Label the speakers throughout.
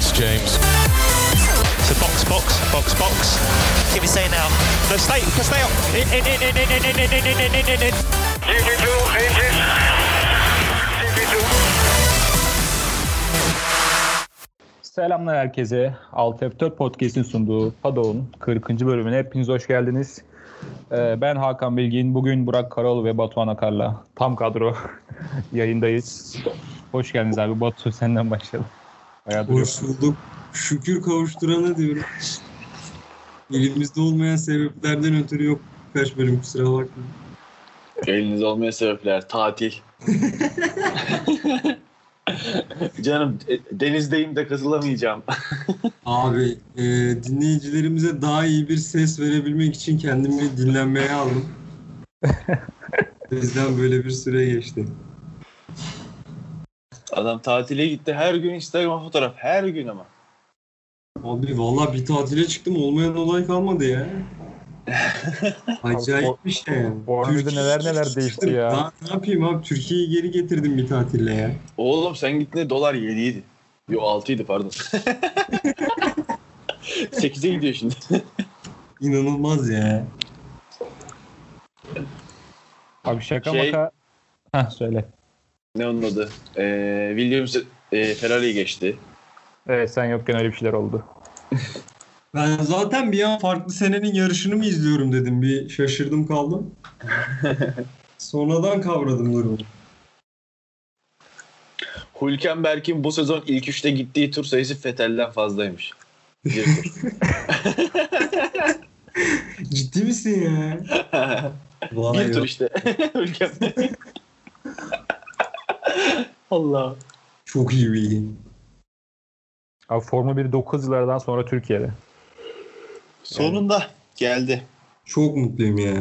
Speaker 1: it's James.
Speaker 2: So box. Give me say now. No, stay up. In.
Speaker 3: GP2, engine. GP2.
Speaker 4: Selamlar herkese. 6F4 Podcast'in sunduğu Paddock'un 40. bölümüne hepiniz hoş geldiniz. Ben Hakan Bilgin. Bugün Burak Karaoğlu ve Batuhan Akar'la tam kadro yayındayız. Hoş geldiniz abi. Batu senden başlayalım.
Speaker 5: Hoş bulduk. Şükür kavuşturana diyorum. Elimizde olmayan sebeplerden ötürü yok. Kaç bölüm kusura bakmayın.
Speaker 6: Elinizde olmayan sebepler. Tatil. Canım denizdeyim de katılamayacağım.
Speaker 5: Abi dinleyicilerimize daha iyi bir ses verebilmek için kendimi dinlenmeye aldım. Bizden böyle bir süre geçti.
Speaker 6: Adam tatile gitti. Her gün Instagram fotoğraf. Her gün ama.
Speaker 5: Abi valla bir tatile çıktım olmayan olay kalmadı ya. Acayip bir şey yani.
Speaker 4: Bu arada neler değişti ya.
Speaker 5: Daha ne yapayım abi, Türkiye'yi geri getirdim bir tatille ya.
Speaker 6: Oğlum sen gittiğinde dolar 7'ydi. Yok 6'ydı pardon. 8'e gidiyor şimdi.
Speaker 5: İnanılmaz ya.
Speaker 4: Abi şaka maka. Heh söyle.
Speaker 6: Ne onun adı? Williams Ferrari'yi geçti.
Speaker 4: Evet sen yokken öyle bir şeyler oldu.
Speaker 5: Ben zaten bir an farklı senenin yarışını mı izliyorum dedim. Bir şaşırdım kaldım. Sonradan kavradım durumu.
Speaker 6: Hülkenberg'in bu sezon ilk 3'te gittiği tur sayısı Vettel'den fazlaymış. Bir tur.
Speaker 5: Ciddi misin ya? Vay
Speaker 6: Bir tur işte. Hülkenberg. Allah.
Speaker 5: Çok iyi bilgi.
Speaker 4: Abi Formula 1 9 yıllardan sonra Türkiye'de.
Speaker 6: Sonunda geldi.
Speaker 5: Çok mutluyum ya.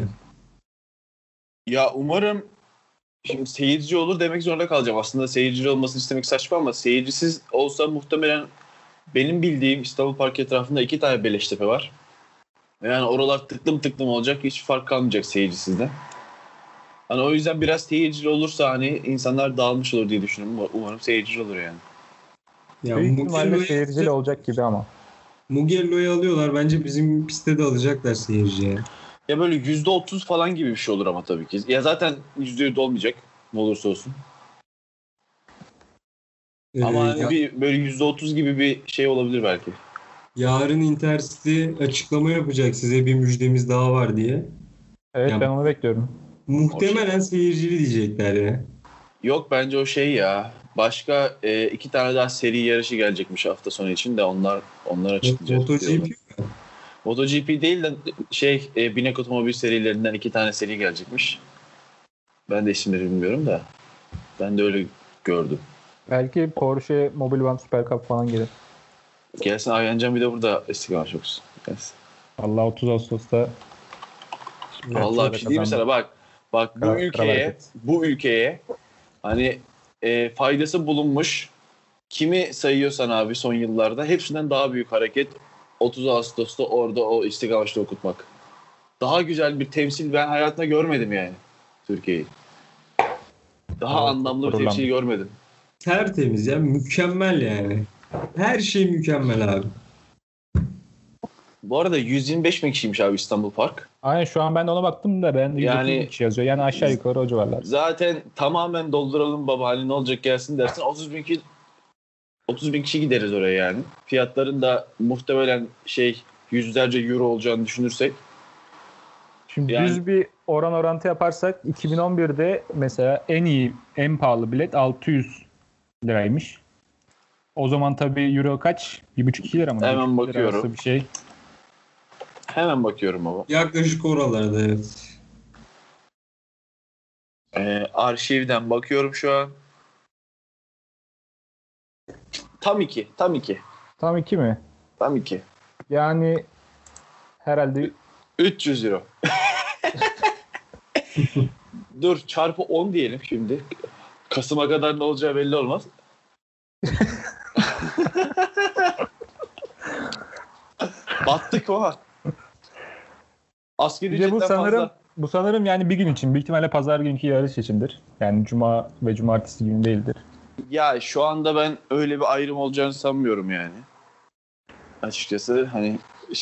Speaker 6: Ya umarım şimdi seyirci olur demek zorunda kalacağım. Aslında seyirci olmasını istemek saçma ama seyircisiz olsa muhtemelen benim bildiğim İstanbul Park etrafında 2 tane Beleştepe var. Yani oralar tıklım olacak. Hiç fark kalmayacak seyircisizden. Hani o yüzden biraz seyircili olursa hani insanlar dağılmış olur diye düşünüyorum. Umarım seyircili olur yani.
Speaker 5: Ya
Speaker 4: Büyük ihtimalle seyircili olacak gibi ama.
Speaker 5: Mugello'yu alıyorlar. Bence bizim pistte de alacaklar seyirciye.
Speaker 6: Ya böyle %30 falan gibi bir şey olur ama tabii ki. Ya zaten %100 olmayacak. Ne olursa olsun. Ama hani bir böyle %30 gibi bir şey olabilir belki.
Speaker 5: Yarın Intercity açıklama yapacak, size bir müjdemiz daha var diye.
Speaker 4: Evet
Speaker 5: Ya,
Speaker 4: ben onu bekliyorum.
Speaker 5: Muhtemelen seyircili diyecekler ya.
Speaker 6: Yok bence o şey ya. Başka 2 tane daha seri yarışı gelecekmiş hafta sonu için de onlar açıklayacak.
Speaker 5: MotoGP.
Speaker 6: MotoGP değil de binek otomobil serilerinden 2 tane seri gelecekmiş. Ben de isimleri bilmiyorum da. Ben de öyle gördüm.
Speaker 4: Belki Porsche Mobile One Super Cup falan gelir.
Speaker 6: Gelsin Ayhancan bir de burada istiklal çoksun. Gelsin.
Speaker 4: Allah 30 Ağustos'ta.
Speaker 6: Vallahi bir şey diyeyim mi sana? Bak bu ülkeye hani faydası bulunmuş. Kimi sayıyorsan abi son yıllarda hepsinden daha büyük hareket 30 Ağustos'ta orada o İstiklal Marşı'nı okutmak. Daha güzel bir temsil ben hayatımda görmedim yani Türkiye'yi. Daha anlamlı bir temsil görmedim.
Speaker 5: Tertemiz ya, mükemmel yani. Her şey mükemmel abi.
Speaker 6: Bu arada 125 bin kişiymiş abi İstanbul Park.
Speaker 4: Aynen şu an ben de ona baktım da ben de 130 bin kişi yazıyor. Yani aşağı yukarı o civarlar.
Speaker 6: Zaten tamamen dolduralım baba hani ne olacak gelsin dersin 30 bin kişi gideriz oraya yani. Fiyatların da muhtemelen yüzlerce euro olacağını düşünürsek.
Speaker 4: Şimdi
Speaker 6: yani,
Speaker 4: düz bir orantı yaparsak 2011'de mesela en pahalı bilet 600 liraymış. O zaman tabii euro kaç? 1,5-2 lira mı?
Speaker 6: Hemen bakıyorum.
Speaker 4: Bir şey.
Speaker 6: Hemen bakıyorum baba.
Speaker 5: Yaklaşık oralarda evet.
Speaker 6: Arşivden bakıyorum şu an. Tam 2.
Speaker 4: Tam 2 mi?
Speaker 6: Tam 2.
Speaker 4: Yani herhalde
Speaker 6: 300 euro. Dur çarpı 10 diyelim şimdi. Kasım'a kadar ne olacağı belli olmaz. Battık oha. Asgari ücretten fazla.
Speaker 4: Bu sanırım yani bir gün için. Büyük ihtimalle pazar günkü yarış içindir. Yani cuma ve cumartesi günü değildir.
Speaker 6: Ya şu anda ben öyle bir ayrım olacağını sanmıyorum yani. açıkçası. Hani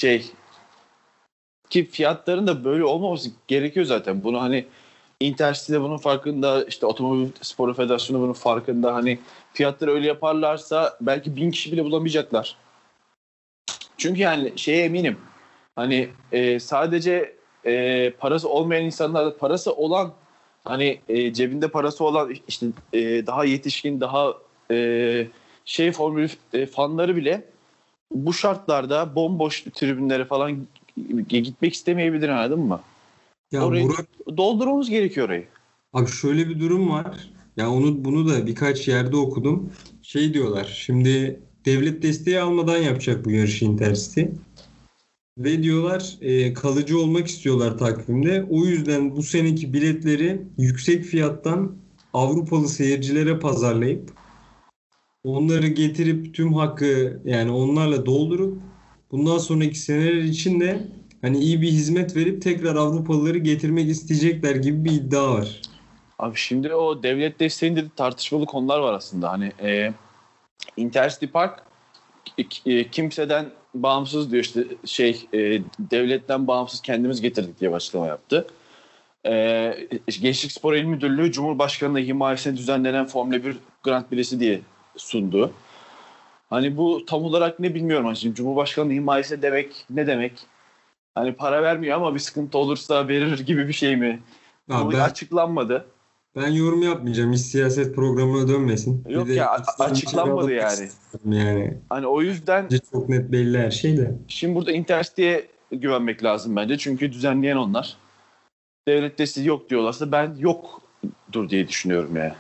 Speaker 6: ki fiyatların da böyle olmaması gerekiyor zaten. Bunu hani Intercity de bunun farkında, işte Otomobil Sporu Federasyonu bunun farkında. Hani fiyatları öyle yaparlarsa belki 1000 kişi bile bulamayacaklar. Çünkü yani eminim. Hani sadece parası olmayan insanlar, parası olan, hani cebinde parası olan, işte daha yetişkin, daha formül fanları bile bu şartlarda bomboş tribünlere falan gitmek istemeyebilir, anladın mı?
Speaker 5: Ya
Speaker 6: Orayı
Speaker 5: Burak,
Speaker 6: doldurmamız gerekiyor orayı.
Speaker 5: abi şöyle bir durum var. Ya bunu da birkaç yerde okudum. Şey diyorlar. Şimdi devlet desteği almadan yapacak bu yarışı Intercity. Ve diyorlar kalıcı olmak istiyorlar takvimde. O yüzden bu seneki biletleri yüksek fiyattan Avrupalı seyircilere pazarlayıp onları getirip tüm hakkı yani onlarla doldurup bundan sonraki seneler için de hani iyi bir hizmet verip tekrar Avrupalıları getirmek isteyecekler gibi bir iddia var.
Speaker 6: Abi şimdi o devlet desteğinde de tartışmalı konular var aslında. Hani Intercity Park kimseden bağımsız diyor, işte devletten bağımsız kendimiz getirdik diye açıklama yaptı. Gençlik Spor İl Müdürlüğü Cumhurbaşkanı'nın himayesine düzenlenen Formula 1 Grand Prix'si diye sundu. Hani bu tam olarak ne bilmiyorum. Hani şimdi Cumhurbaşkanı'nın himayesi demek ne demek? Hani para vermiyor ama bir sıkıntı olursa verir gibi bir şey mi? Bu açıklanmadı.
Speaker 5: Ben yorum yapmayacağım. Hiç siyaset programına dönmesin.
Speaker 6: Yok ya, açıklanmadı yani.
Speaker 5: Yani.
Speaker 6: Hani o yüzden
Speaker 5: çok net belli her şey de.
Speaker 6: Şimdi burada Intercity'ye güvenmek lazım bence. Çünkü düzenleyen onlar. Devlet desteği yok diyorlarsa ben yoktur diye düşünüyorum yani.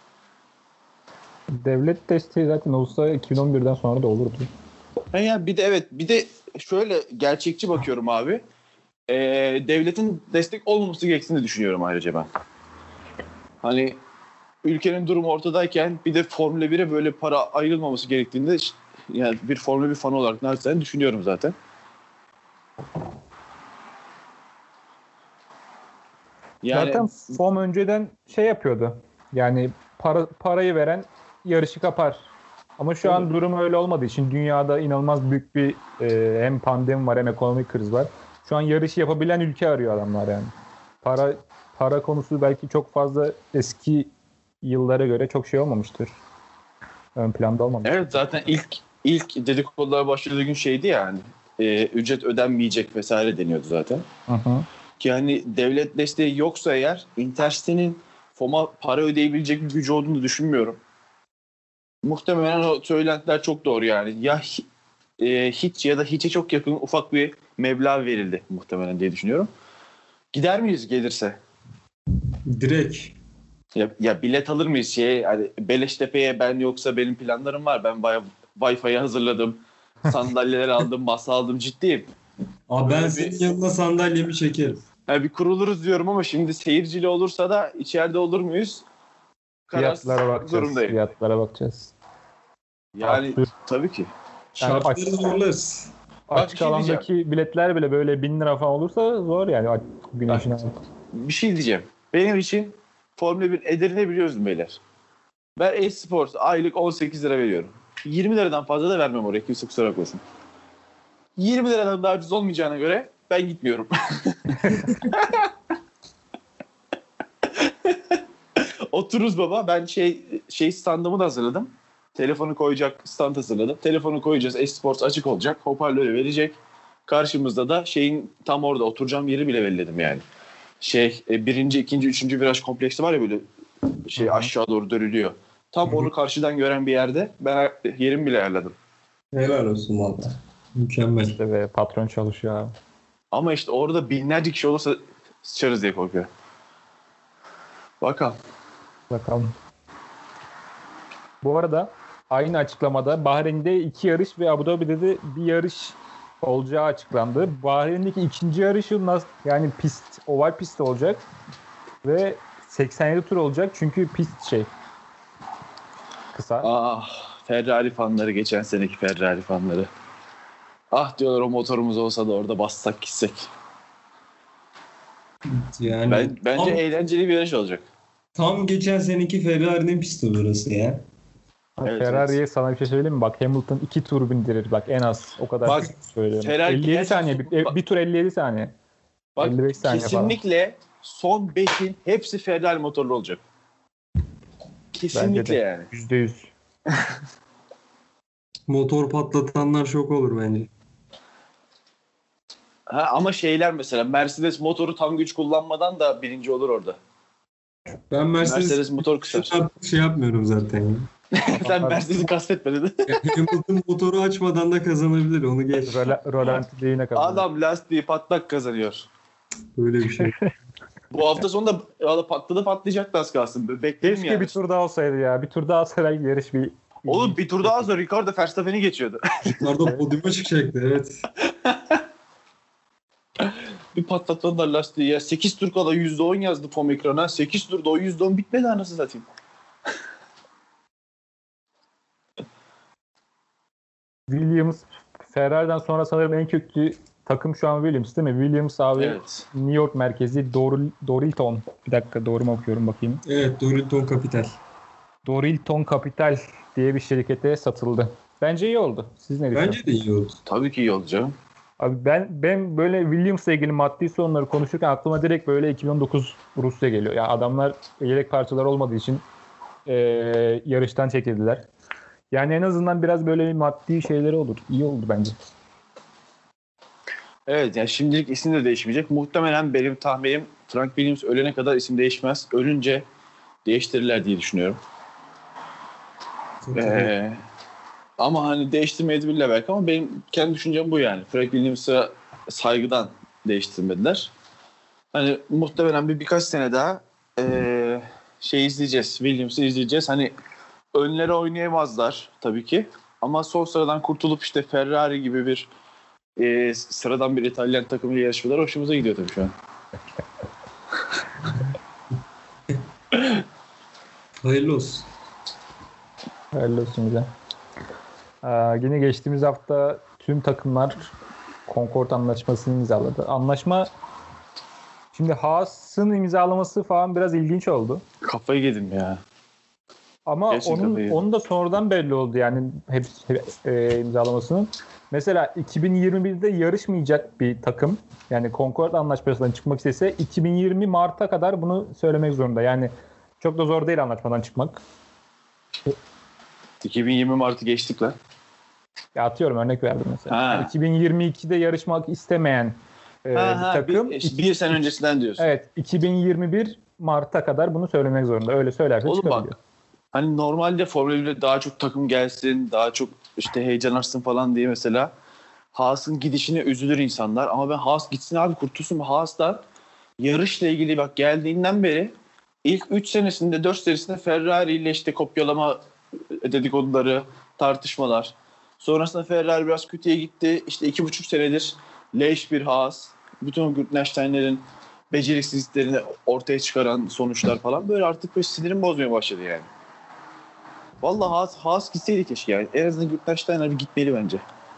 Speaker 4: Devlet desteği zaten olsa 2011'den sonra da olurdu.
Speaker 6: Yani bir de şöyle gerçekçi bakıyorum abi. Devletin destek olmaması gerektiğini düşünüyorum ayrıca ben. Hani ülkenin durumu ortadayken bir de Formula 1'e böyle para ayrılmaması gerektiğini de yani bir Formula 1 fanı olarak naçizane düşünüyorum zaten.
Speaker 4: Yani, zaten FOM önceden yapıyordu. Yani parayı veren yarışı kapar. Ama şu an durum öyle olmadığı için dünyada inanılmaz büyük bir hem pandemi var hem ekonomik kriz var. Şu an yarışı yapabilen ülke arıyor adamlar yani. Para konusu belki çok fazla eski yıllara göre çok şey olmamıştır. Ön planda olmamıştır.
Speaker 6: Evet, zaten ilk dedikodular başladığı gün şeydi yani. Ücret ödenmeyecek vesaire deniyordu zaten.
Speaker 4: Hı.
Speaker 6: Ki hani devlet desteği yoksa eğer Intercity'nin FOM'a para ödeyebilecek bir gücü olduğunu düşünmüyorum. Muhtemelen o söylentiler çok doğru yani. Ya hiç ya da hiçe çok yakın ufak bir meblağ verildi muhtemelen diye düşünüyorum. Gider miyiz gelirse?
Speaker 5: Direkt.
Speaker 6: Ya bilet alır mıyız hani Beleştepe'ye ben yoksa benim planlarım var. Ben bayağı Wi-Fi'yi hazırladım. Sandalyeler aldım, masa aldım, ciddiyim.
Speaker 5: Abi ben senin yanına sandalyemi çekerim.
Speaker 6: Yani bir kuruluruz diyorum ama şimdi seyircili olursa da içeride olur muyuz?
Speaker 4: Fiyatlara bakacağız.
Speaker 6: Yani tabii ki.
Speaker 5: Şartları zorlarız.
Speaker 4: Açık alandaki biletler bile böyle 1000 lira falan olursa zor yani güneşin altında.
Speaker 6: Bir şey diyeceğim. Benim için Formula 1 ederine biliyoruz beyler. Ben e-sports aylık 18 lira veriyorum. 20 liradan fazla da vermem oraya. Kimse kusura bakmasın. 20 liradan daha ucuz olmayacağına göre ben gitmiyorum. Otururuz baba. Ben standımı da hazırladım. Telefonu koyacak stand hazırladım. Telefonu koyacağız. E-sports açık olacak. Hoparlörü verecek. Karşımızda da tam orada oturacağım yeri bile belirledim yani. Birinci, ikinci, üçüncü viraj kompleksi var ya böyle aşağı doğru dönülüyor. Tam onu karşıdan gören bir yerde ben yerimi bile ayarladım.
Speaker 5: Helal olsun valla. Mükemmel.
Speaker 4: İşte ve patron çalışıyor abi.
Speaker 6: Ama işte orada binlerce kişi olursa sıçarız diye korkuyorum.
Speaker 4: Bakalım. Bu arada aynı açıklamada Bahreyn'de 2 yarış ve Abu Dhabi'de de bir yarış olacağı açıklandı. Bahreyn'deki ikinci yarışı yani oval pist olacak ve 87 tur olacak çünkü pist kısa.
Speaker 6: Ferrari fanları, geçen seneki Ferrari fanları. Diyorlar o motorumuz olsa da orada bassak gitsek.
Speaker 5: Yani
Speaker 6: bence eğlenceli bir yarış olacak.
Speaker 5: Tam geçen seneki Ferrari'nin pisti burası ya.
Speaker 6: Evet,
Speaker 4: Ferrari'ye sana bir şey söyleyeyim mi? Bak Hamilton 2 tur bindirir. Bak en az o kadar
Speaker 6: Bak,
Speaker 4: söylüyorum.
Speaker 6: Ferrari
Speaker 4: 57 saniye.
Speaker 6: gerçekten-
Speaker 4: Bir tur 57 saniye.
Speaker 6: Bak
Speaker 4: 55 saniye falan.
Speaker 6: kesinlikle son 5'in hepsi Ferrari motorlu olacak.
Speaker 4: Bence
Speaker 6: Kesinlikle
Speaker 4: de.
Speaker 6: yani.
Speaker 4: %100.
Speaker 5: Motor patlatanlar şok olur bence.
Speaker 6: Ha, ama şeyler mesela Mercedes motoru tam güç kullanmadan da birinci olur orada.
Speaker 5: Ben
Speaker 6: Mercedes motor kısar.
Speaker 5: şey yapmıyorum zaten ya.
Speaker 6: Sen Mercedes'i kastetmedin.
Speaker 5: Yani Hamilton motoru açmadan da kazanabilir. Onu geç.
Speaker 4: Rolanti değine kadar.
Speaker 6: Adam lastiği patlak kazanıyor.
Speaker 5: Böyle bir şey.
Speaker 6: Bu hafta sonunda valla patlayacaktı az kalsın. Bekledim
Speaker 4: Keşke
Speaker 6: yani.
Speaker 4: bir tur daha olsaydı ya. Bir tur daha olsaydı yarış bir...
Speaker 6: Oğlum bir tur daha sonra Ricardo Verstappen'i geçiyordu.
Speaker 5: Ricardo podyuma çıkacaktı, evet.
Speaker 6: Bir patlatmadılar lastiği ya. 8 tur kala %10 yazdı FOM ekrana. 8 turda o %10 bitmedi anasını satayım.
Speaker 4: Williams Ferrari'den sonra sanırım en kötü takım şu an Williams değil mi? Williams abi
Speaker 6: Evet.
Speaker 4: New York merkezi Dorilton. Bir dakika doğru mu okuyorum bakayım.
Speaker 5: Evet, Dorilton Capital.
Speaker 4: Dorilton Capital diye bir şirkete satıldı. Bence iyi oldu. Siz ne düşünüyorsunuz?
Speaker 5: Bence de iyi oldu.
Speaker 6: Tabii ki iyi olacak.
Speaker 4: Abi ben böyle Williams'la ilgili maddi sorunları konuşurken aklıma direkt böyle 2019 Rusya geliyor. Yani adamlar yedek parçalar olmadığı için yarıştan çekildiler. Yani en azından biraz böyle maddi şeyleri olur. İyi oldu bence.
Speaker 6: Evet yani şimdilik isim de değişmeyecek. Muhtemelen benim tahminim Frank Williams ölene kadar isim değişmez. Ölünce değiştirirler diye düşünüyorum. Ama hani değiştirmeyebilirler belki ama benim kendi düşüncem bu yani. Frank Williams'a saygıdan değiştirmediler. Hani muhtemelen birkaç sene daha şey izleyeceğiz. Williams'ı izleyeceğiz. Hani önlere oynayamazlar tabii ki. Ama son sıradan kurtulup işte Ferrari gibi bir sıradan bir İtalyan takımıyla yarışmalar hoşumuza gidiyor tabii şu an.
Speaker 5: Hayırlı olsun.
Speaker 4: Hayırlı olsun bize. Yine geçtiğimiz hafta tüm takımlar Concord Anlaşması'nı imzaladı. Anlaşma şimdi Haas'ın imzalaması falan biraz ilginç oldu.
Speaker 6: Kafayı yedim ya.
Speaker 4: Ama
Speaker 6: Gerçekten
Speaker 4: onun da sonradan belli oldu yani hep imzalamasının. Mesela 2021'de yarışmayacak bir takım yani Concord Anlaşması'ndan çıkmak istese 2020 Mart'a kadar bunu söylemek zorunda. Yani çok da zor değil anlaşmadan çıkmak.
Speaker 6: 2020 Mart'ı geçtik lan.
Speaker 4: Ya atıyorum örnek verdim mesela.
Speaker 6: Ha.
Speaker 4: Yani 2022'de yarışmak istemeyen bir takım.
Speaker 6: Bir sene öncesinden diyorsun.
Speaker 4: Evet 2021 Mart'a kadar bunu söylemek zorunda. Öyle söylerse
Speaker 6: Oğlum
Speaker 4: çıkabiliyor.
Speaker 6: bak hani normalde Formula 1'de daha çok takım gelsin, daha çok işte heyecan artsın falan diye mesela Haas'ın gidişine üzülür insanlar. Ama ben Haas gitsin abi kurtulsun. Haas'tan yarışla ilgili bak geldiğinden beri ilk 3 senesinde 4 senesinde Ferrari ile işte kopyalama dedikoduları, tartışmalar. Sonrasında Ferrari biraz kötüye gitti. İşte 2,5 senedir leş bir Haas. Bütün Gürtnerstein'lerin beceriksizliklerini ortaya çıkaran sonuçlar falan. Böyle artık böyle sinirim bozmaya başladı yani. Vallahi Haas gitseydi keşke yani. En azından Gürtnersteiner bir gitmeli bence.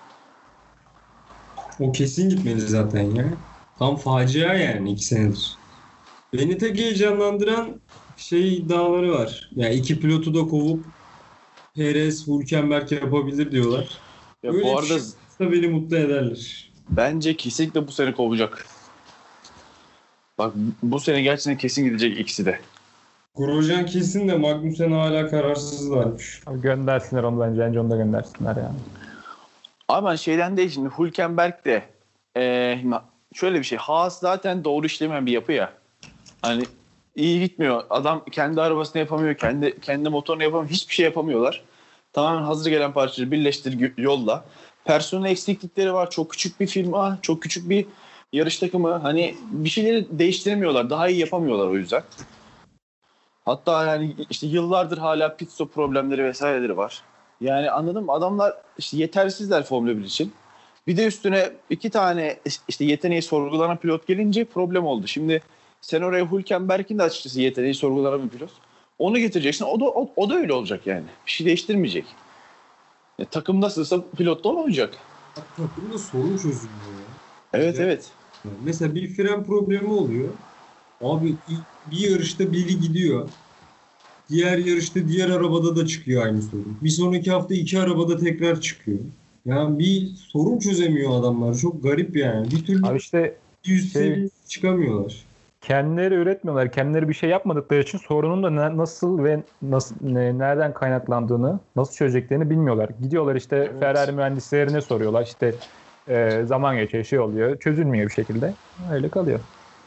Speaker 5: O kesin gitmeli zaten ya. Tam facia yani 2 senedir. Beni tek heyecanlandıran şey iddiaları var. Yani 2 pilotu da kovup Perez, Hülkenberg yapabilir diyorlar.
Speaker 6: Ya
Speaker 5: Öyle
Speaker 6: bu
Speaker 5: bir
Speaker 6: arada
Speaker 5: şey olursa beni mutlu ederler.
Speaker 6: bence kesinlikle bu sene kovacak. Bak bu sene gerçekten kesin gidecek ikisi de.
Speaker 5: Grosjean kesin de Magnussen hala kararsızlarmış.
Speaker 4: Abi göndersinler onu bence. Bence onu da göndersinler yani.
Speaker 6: Ama ben şeyden değil şimdi Hülkenberg de şöyle bir şey. Haas zaten doğru işlemeyen bir yapı ya. Hani iyi gitmiyor. Adam kendi arabasını yapamıyor. Kendi motorunu yapamıyor. Hiçbir şey yapamıyorlar. Tamamen hazır gelen parçaları birleştir yolla. Personel eksiklikleri var. Çok küçük bir firma. Çok küçük bir yarış takımı. Hani bir şeyleri değiştiremiyorlar. Daha iyi yapamıyorlar o yüzden. Hatta yani işte yıllardır hala pit stop problemleri vesaireleri var. Yani anladın mı? Adamlar işte yetersizler Formula 1 için. Bir de üstüne 2 tane işte yeteneği sorgulanan pilot gelince problem oldu. Şimdi sen oraya Hülkenberg'in de açıkçası yeteneği sorgulanan bir pilot. Onu getireceksin. O da öyle olacak yani. Bir şey değiştirmeyecek. Takım nasılsa pilot da olmayacak.
Speaker 5: Takımda sorun çözülüyor ya.
Speaker 6: Evet evet.
Speaker 5: Mesela bir fren problemi oluyor. Abi bir yarışta biri gidiyor. Diğer yarışta diğer arabada da çıkıyor aynı sorun. Bir sonraki hafta 2 arabada tekrar çıkıyor. Yani bir sorun çözemiyor adamlar. Çok garip yani. Bir türlü
Speaker 4: Abi işte
Speaker 5: üst seviyeye çıkamıyorlar.
Speaker 4: kendileri üretmiyorlar. Kendileri bir şey yapmadıkları için sorunun da nasıl ve nereden kaynaklandığını, nasıl çözeceklerini bilmiyorlar. Gidiyorlar işte
Speaker 6: Evet.
Speaker 4: Ferrari mühendislerine soruyorlar. İşte zaman geçiyor, şey oluyor. Çözülmüyor bir şekilde. Öyle kalıyor.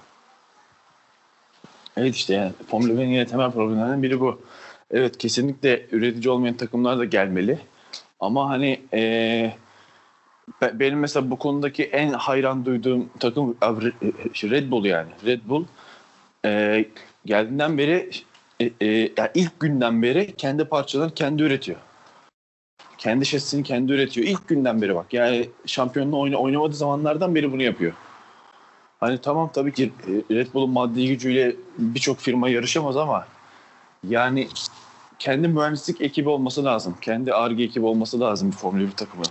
Speaker 6: Evet işte yani Formula 1'in yine temel problemlerinden biri bu. Evet kesinlikle üretici olmayan takımlar da gelmeli. Ama hani benim mesela bu konudaki en hayran duyduğum takım Red Bull yani. Red Bull geldiğinden beri yani ilk günden beri kendi parçalarını kendi üretiyor. Kendi şasisini kendi üretiyor. İlk günden beri bak. Yani şampiyonluğu oynamadığı zamanlardan beri bunu yapıyor. Hani tamam tabii ki Red Bull'un maddi gücüyle birçok firma yarışamaz ama yani kendi mühendislik ekibi olması lazım. Kendi Ar-Ge ekibi olması lazım bir Formula 1 takımı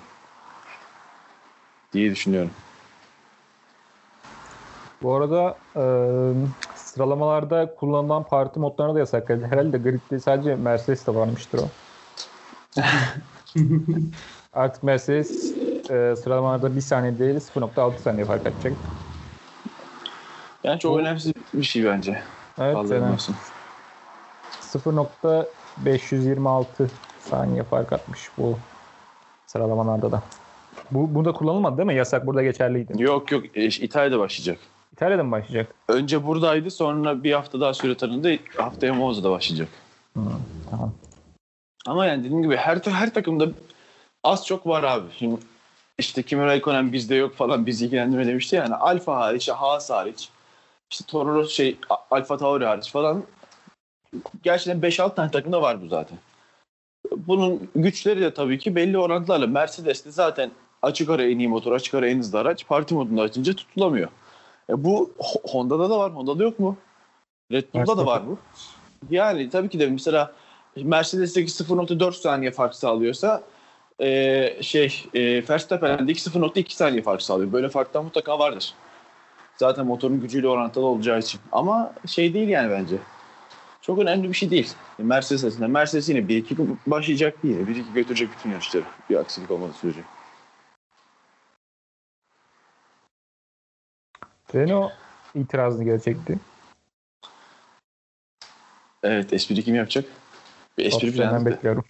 Speaker 6: diye düşünüyorum.
Speaker 4: Bu arada sıralamalarda kullanılan parti modlarına da yasakladı. Herhalde gridde sadece Mercedes'te varmıştır o. Artık Mercedes sıralamalarda 1 saniye değil 0.6 saniye fark edecek.
Speaker 6: Yani çok önemsiz bir şey bence.
Speaker 4: Evet.
Speaker 6: Allah'ın olsun.
Speaker 4: 0.526 saniye fark atmış bu sıralamalarda da. Bu da kullanılmadı değil mi? Yasak burada geçerliydi.
Speaker 6: Yok İtalya'da başlayacak.
Speaker 4: İtalya'da mı başlayacak?
Speaker 6: Önce buradaydı sonra bir hafta daha süre tanındı. Haftaya Monza'da başlayacak.
Speaker 4: Tamam.
Speaker 6: Ama yani dediğim gibi her takımda az çok var abi. Şimdi işte Kimi Räikkönen bizde yok falan bizi ilgilendirme demişti yani. Alfa hariç, Haas hariç, işte Toro Alfa Tauri hariç falan gerçekten 5-6 tane takımda var bu zaten. Bunun güçleri de tabii ki belli orantılarla. Mercedes'te zaten açık ara en iyi motor, açık ara en hızlı araç. Parti modunda açınca tutulamıyor. Bu Honda'da da var. Honda'da yok mu? Red Bull'da da var bu. Yani tabii ki de mesela Mercedes'teki 0.4 saniye fark sağlıyorsa Verstappen'deki 0.2 saniye fark sağlıyor. Böyle farklar mutlaka vardır. Zaten motorun gücüyle orantılı olacağı için. Ama şey değil yani bence. Çok önemli bir şey değil. Mercedes açısından. Mercedes yine 1-2 başlayacak değil. 1-2 götürecek bütün yarışları. Bir aksilik olmadığı sürece.
Speaker 4: Renault itirazını gelecekti.
Speaker 6: Evet, espri kim yapacak? Bir espri
Speaker 4: Senden
Speaker 6: planı.
Speaker 4: bekliyorum.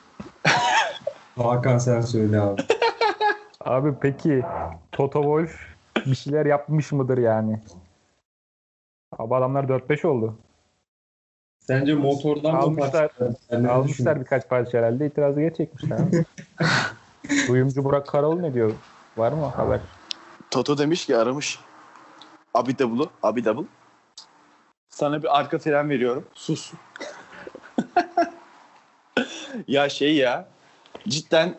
Speaker 5: Hakan sen söyle abi.
Speaker 4: Abi peki Toto Wolff bir şeyler yapmış mıdır yani? Abi adamlar 4-5 oldu.
Speaker 5: Sence motordan mı
Speaker 4: Almışlar,
Speaker 5: Sen ne
Speaker 4: almışlar
Speaker 5: düşünüyorsun?
Speaker 4: birkaç parça herhalde. İtirazı geçecekmişler. Duyumcu Burak Karol ne diyor? Var mı haber?
Speaker 6: Toto demiş ki aramış Abi Double. Sana bir arka fren veriyorum. Sus. Ya cidden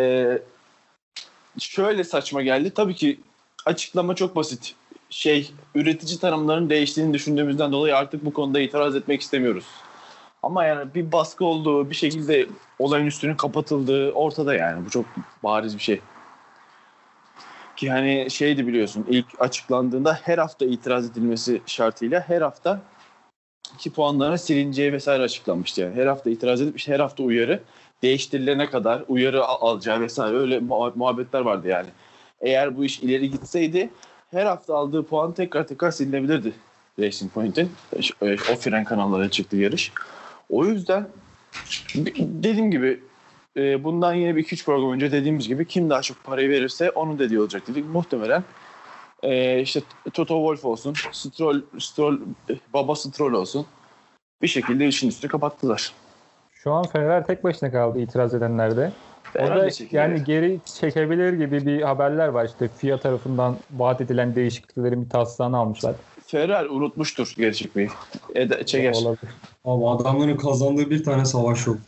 Speaker 6: şöyle saçma geldi. Tabii ki açıklama çok basit. Üretici tanımlarının değiştiğini düşündüğümüzden dolayı artık bu konuda itiraz etmek istemiyoruz. Ama yani bir baskı olduğu, bir şekilde olayın üstünün kapatıldığı ortada yani. Bu çok bariz bir şey. Ki hani biliyorsun ilk açıklandığında her hafta itiraz edilmesi şartıyla her hafta 2 puanlara silineceği vesaire açıklanmıştı. Yani her hafta itiraz edip her hafta uyarı değiştirilene kadar uyarı alacağı vesaire öyle muhabbetler vardı yani. Eğer bu iş ileri gitseydi her hafta aldığı puan tekrar silinebilirdi Racing Point'in. O fren kanallara çıktığı yarış. O yüzden dediğim gibi bundan yine bir 2-3 program önce dediğimiz gibi kim daha çok parayı verirse onun dediği olacak dedik. Muhtemelen işte Toto Wolff olsun, Baba Stroll olsun bir şekilde işin üstünü kapattılar.
Speaker 4: Şu an Ferrari tek başına kaldı itiraz edenlerde. Orada yani geri çekebilir gibi bir haberler var. İşte FIA tarafından vaat edilen değişikliklerin bir taslağını almışlar.
Speaker 6: Ferrari unutmuştur geri çekmeyi. Çeker.
Speaker 4: Olabilir.
Speaker 5: Abi adamların kazandığı bir tane savaş yok.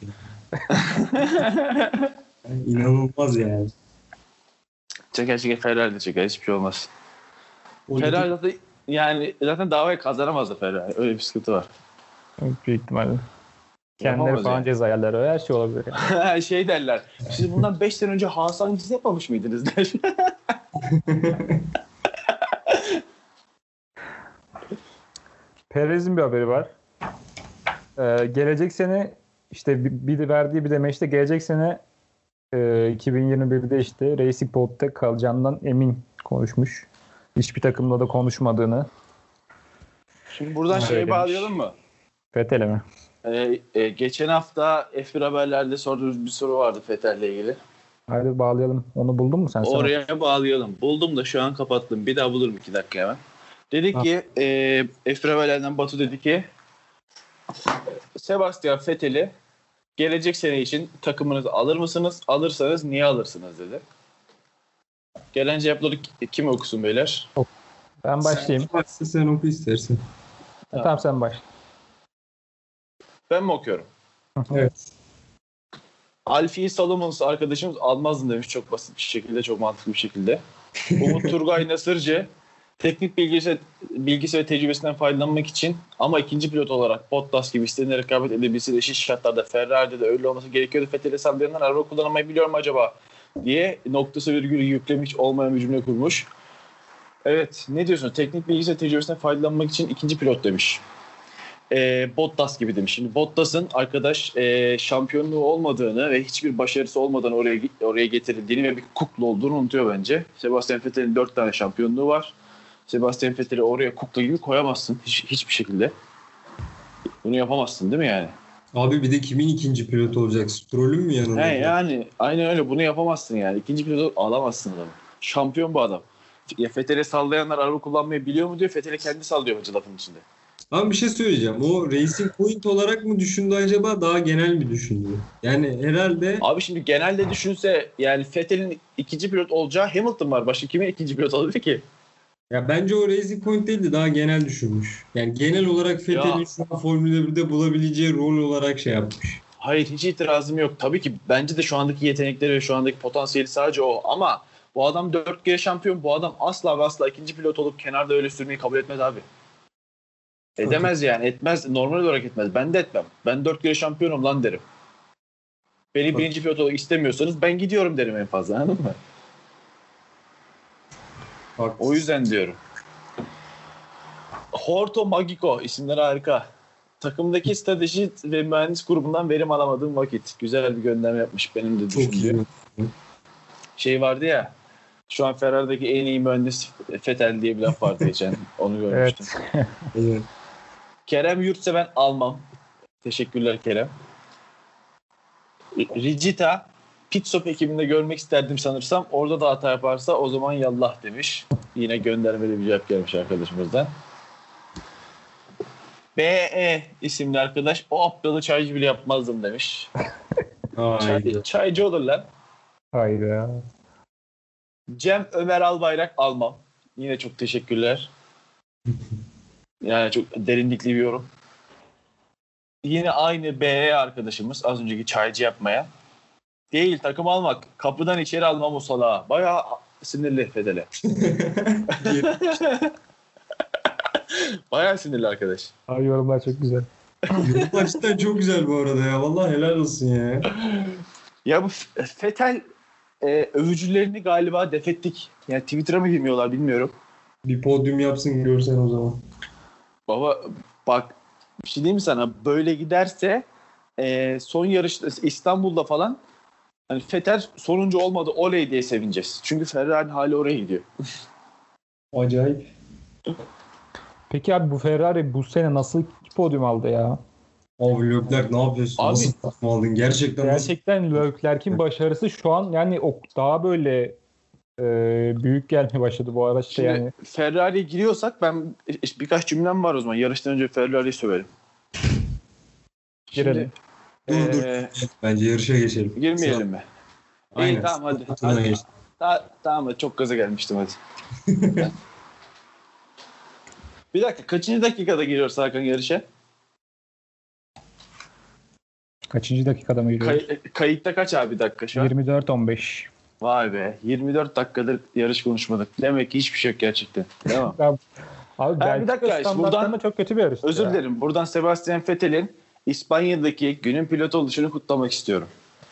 Speaker 5: Yani İnanılmaz yani.
Speaker 6: Çeker Ferrari de çeker. Hiçbir şey olmaz. Ferrari zaten davayı kazanamazdı Ferrari. Öyle bir sıkıntı var.
Speaker 4: Büyük ihtimalle. Kendileri falan ceza yerler. Her şey olabilir. Yani.
Speaker 6: Derler. Siz bundan 5 sene önce Haas hangisi yapmamış mıydınız der.
Speaker 4: Perez'in bir haberi var. Gelecek sene işte bir de verdiği bir demeçte gelecek sene 2021'de işte Racing Point'te kalacağından emin konuşmuş. Hiçbir takımla da konuşmadığını.
Speaker 6: Şimdi buradan şeye
Speaker 4: Söylemiş.
Speaker 6: bağlayalım mı?
Speaker 4: Vettel'e mi?
Speaker 6: Geçen hafta F1 haberlerde sorduğunuz bir soru vardı Vettel'le ilgili.
Speaker 4: Hadi bağlayalım. Onu buldun mu sen?
Speaker 6: Oraya bağlayalım. Buldum da şu an kapattım. Bir daha bulurum 2 dakika hemen. Dedi ki F1 haberlerden Batu dedi ki Sebastian Vettel'i gelecek sene için takımınızı alır mısınız? Alırsanız niye alırsınız dedi. Gelen cevapları kim okusun beyler?
Speaker 4: Ben başlayayım.
Speaker 5: Sen oku istersen.
Speaker 4: Tamam sen başla.
Speaker 6: Ben mi okuyorum?
Speaker 5: Evet.
Speaker 6: Alfie Salomons arkadaşımız almazdın demiş çok basit bir şekilde, çok mantıklı bir şekilde. Umut Turgay Nasırcı teknik bilgisi ve tecrübesinden faydalanmak için ama ikinci pilot olarak Bottas gibi istediğine rekabet edebilse de eşit şartlarda Ferrari'de de öyle olması gerekiyordu. Vettel'e sallayanlar araba kullanmayı biliyor mu acaba diye noktası virgülü yüklemiş olmayan bir cümle kurmuş. Evet, ne diyorsun? Teknik bilgisi ve tecrübesinden faydalanmak için ikinci pilot demiş. Bottas gibi demiş. Şimdi Bottas'ın arkadaş şampiyonluğu olmadığını ve hiçbir başarısı olmadan oraya getirildiğini ve bir kukla olduğunu unutuyor bence. Sebastian Vettel'in 4 tane şampiyonluğu var. Sebastian Vettel'i oraya kukla gibi koyamazsın hiçbir şekilde. Bunu yapamazsın değil mi yani?
Speaker 5: Abi bir de kimin ikinci pilot olacak? Stroll'ün mü yanında?
Speaker 6: Yani aynen öyle, bunu yapamazsın yani. İkinci pilot alamazsın adamı. Şampiyon bu adam. Ya Vettel'e sallayanlar araba kullanmayı biliyor mu diyor. Vettel'e kendi sallıyor bence lafın içinde.
Speaker 5: Abi bir şey söyleyeceğim. O Racing Point olarak mı düşündü acaba, daha genel mi düşündü? Yani herhalde...
Speaker 6: Abi şimdi genelde düşünse yani Vettel'in ikinci pilot olacağı Hamilton var. Başka kimin ikinci pilot olabilir ki?
Speaker 5: Ya bence o Racing Point değil de daha genel düşünmüş. Yani genel olarak Vettel'in şu an Formula 1'de bulabileceği rol olarak şey yapmış.
Speaker 6: Hayır, hiç itirazım yok. Tabii ki bence de şu andaki yetenekleri ve şu andaki potansiyeli sadece o. Ama bu adam 4 kere şampiyon. Bu adam asla ve asla ikinci pilot olup kenarda öyle sürmeyi kabul etmez abi. Edemez yani. Etmez. Normal olarak etmez. Ben de etmem. Ben 4 kere şampiyonum lan derim. Beni birinci pilot olarak istemiyorsanız ben gidiyorum derim en fazla. Anladın mı? O yüzden diyorum. Horto Magico isimleri harika. Takımdaki strateji ve mühendis grubundan verim alamadığım vakit. Güzel bir gönderme yapmış benim de
Speaker 5: Çok
Speaker 6: düşündüğüm.
Speaker 5: iyi.
Speaker 6: Şey vardı ya, şu an Ferrari'deki en iyi mühendis Vettel diye bir laf vardı geçen. Onu görmüştüm.
Speaker 5: Evet.
Speaker 6: Kerem Yurtseven almam. Teşekkürler Kerem. Rigita pit stop ekibinde görmek isterdim sanırsam. Orada da hata yaparsa o zaman yallah demiş. Yine göndermeli bir cevap gelmiş arkadaşımızdan. BE isimli arkadaş o aptalı çaycı bile yapmazdım demiş. Çaycı olur lan.
Speaker 4: Hayır ya.
Speaker 6: Cem Ömer Albayrak almam. Yine çok teşekkürler. Yani çok derinlikli bir yorum. Yine aynı BE arkadaşımız az önceki çaycı yapmaya. Değil takım almak. Kapıdan içeri almam o salağı. Bayağı sinirli Fedele. Bayağı sinirli arkadaş.
Speaker 4: Abi yorumlar çok güzel.
Speaker 5: Yorumlar cidden çok güzel bu arada ya. Vallahi helal olsun ya.
Speaker 6: Ya bu Vettel övücülerini galiba defettik. Yani Twitter'a mı girmiyorlar bilmiyorum.
Speaker 5: Bir podyum yapsın görsen o zaman.
Speaker 6: Baba bak bir şey diyeyim mi sana? Böyle giderse son yarışta İstanbul'da falan hani Vettel sonuncu olmadı oley diye sevineceğiz. Çünkü Ferrari'nin hali oraya gidiyor.
Speaker 5: Acayip.
Speaker 4: Peki abi bu Ferrari bu sene nasıl podyum aldı ya?
Speaker 5: Abi Leclerc ne yapıyorsun?
Speaker 6: Abi,
Speaker 5: nasıl takım aldın?
Speaker 4: Gerçekten Leclerc'in başarısı şu an yani daha böyle büyük gelmeye başladı bu araçta
Speaker 6: şimdi
Speaker 4: yani.
Speaker 6: Ferrari'ye giriyorsak ben birkaç cümlem var o zaman. Yarıştan önce Ferrari'yi söverim.
Speaker 4: Girelim.
Speaker 5: Dur. Bence yarışa geçelim.
Speaker 6: Girmeyelim mi?
Speaker 5: Aynen.
Speaker 6: İyi tamam hadi. Tamam çok gaza gelmiştim hadi. Bir dakika kaçıncı dakikada giriyoruz Hakan yarışa?
Speaker 4: Kaçıncı dakikada mı giriyoruz?
Speaker 6: Kayıtta kaç abi dakika şu an?
Speaker 4: 24-15.
Speaker 6: Vay be 24 dakikadır yarış konuşmadık. Demek ki hiçbir şey yok gerçekten. Tamam.
Speaker 4: Abi
Speaker 6: bir dakika,
Speaker 4: standartlarında çok kötü bir yarış.
Speaker 6: Özür dilerim. Buradan Sebastian Vettel'in İspanya'daki günün pilot oluşunu kutlamak istiyorum.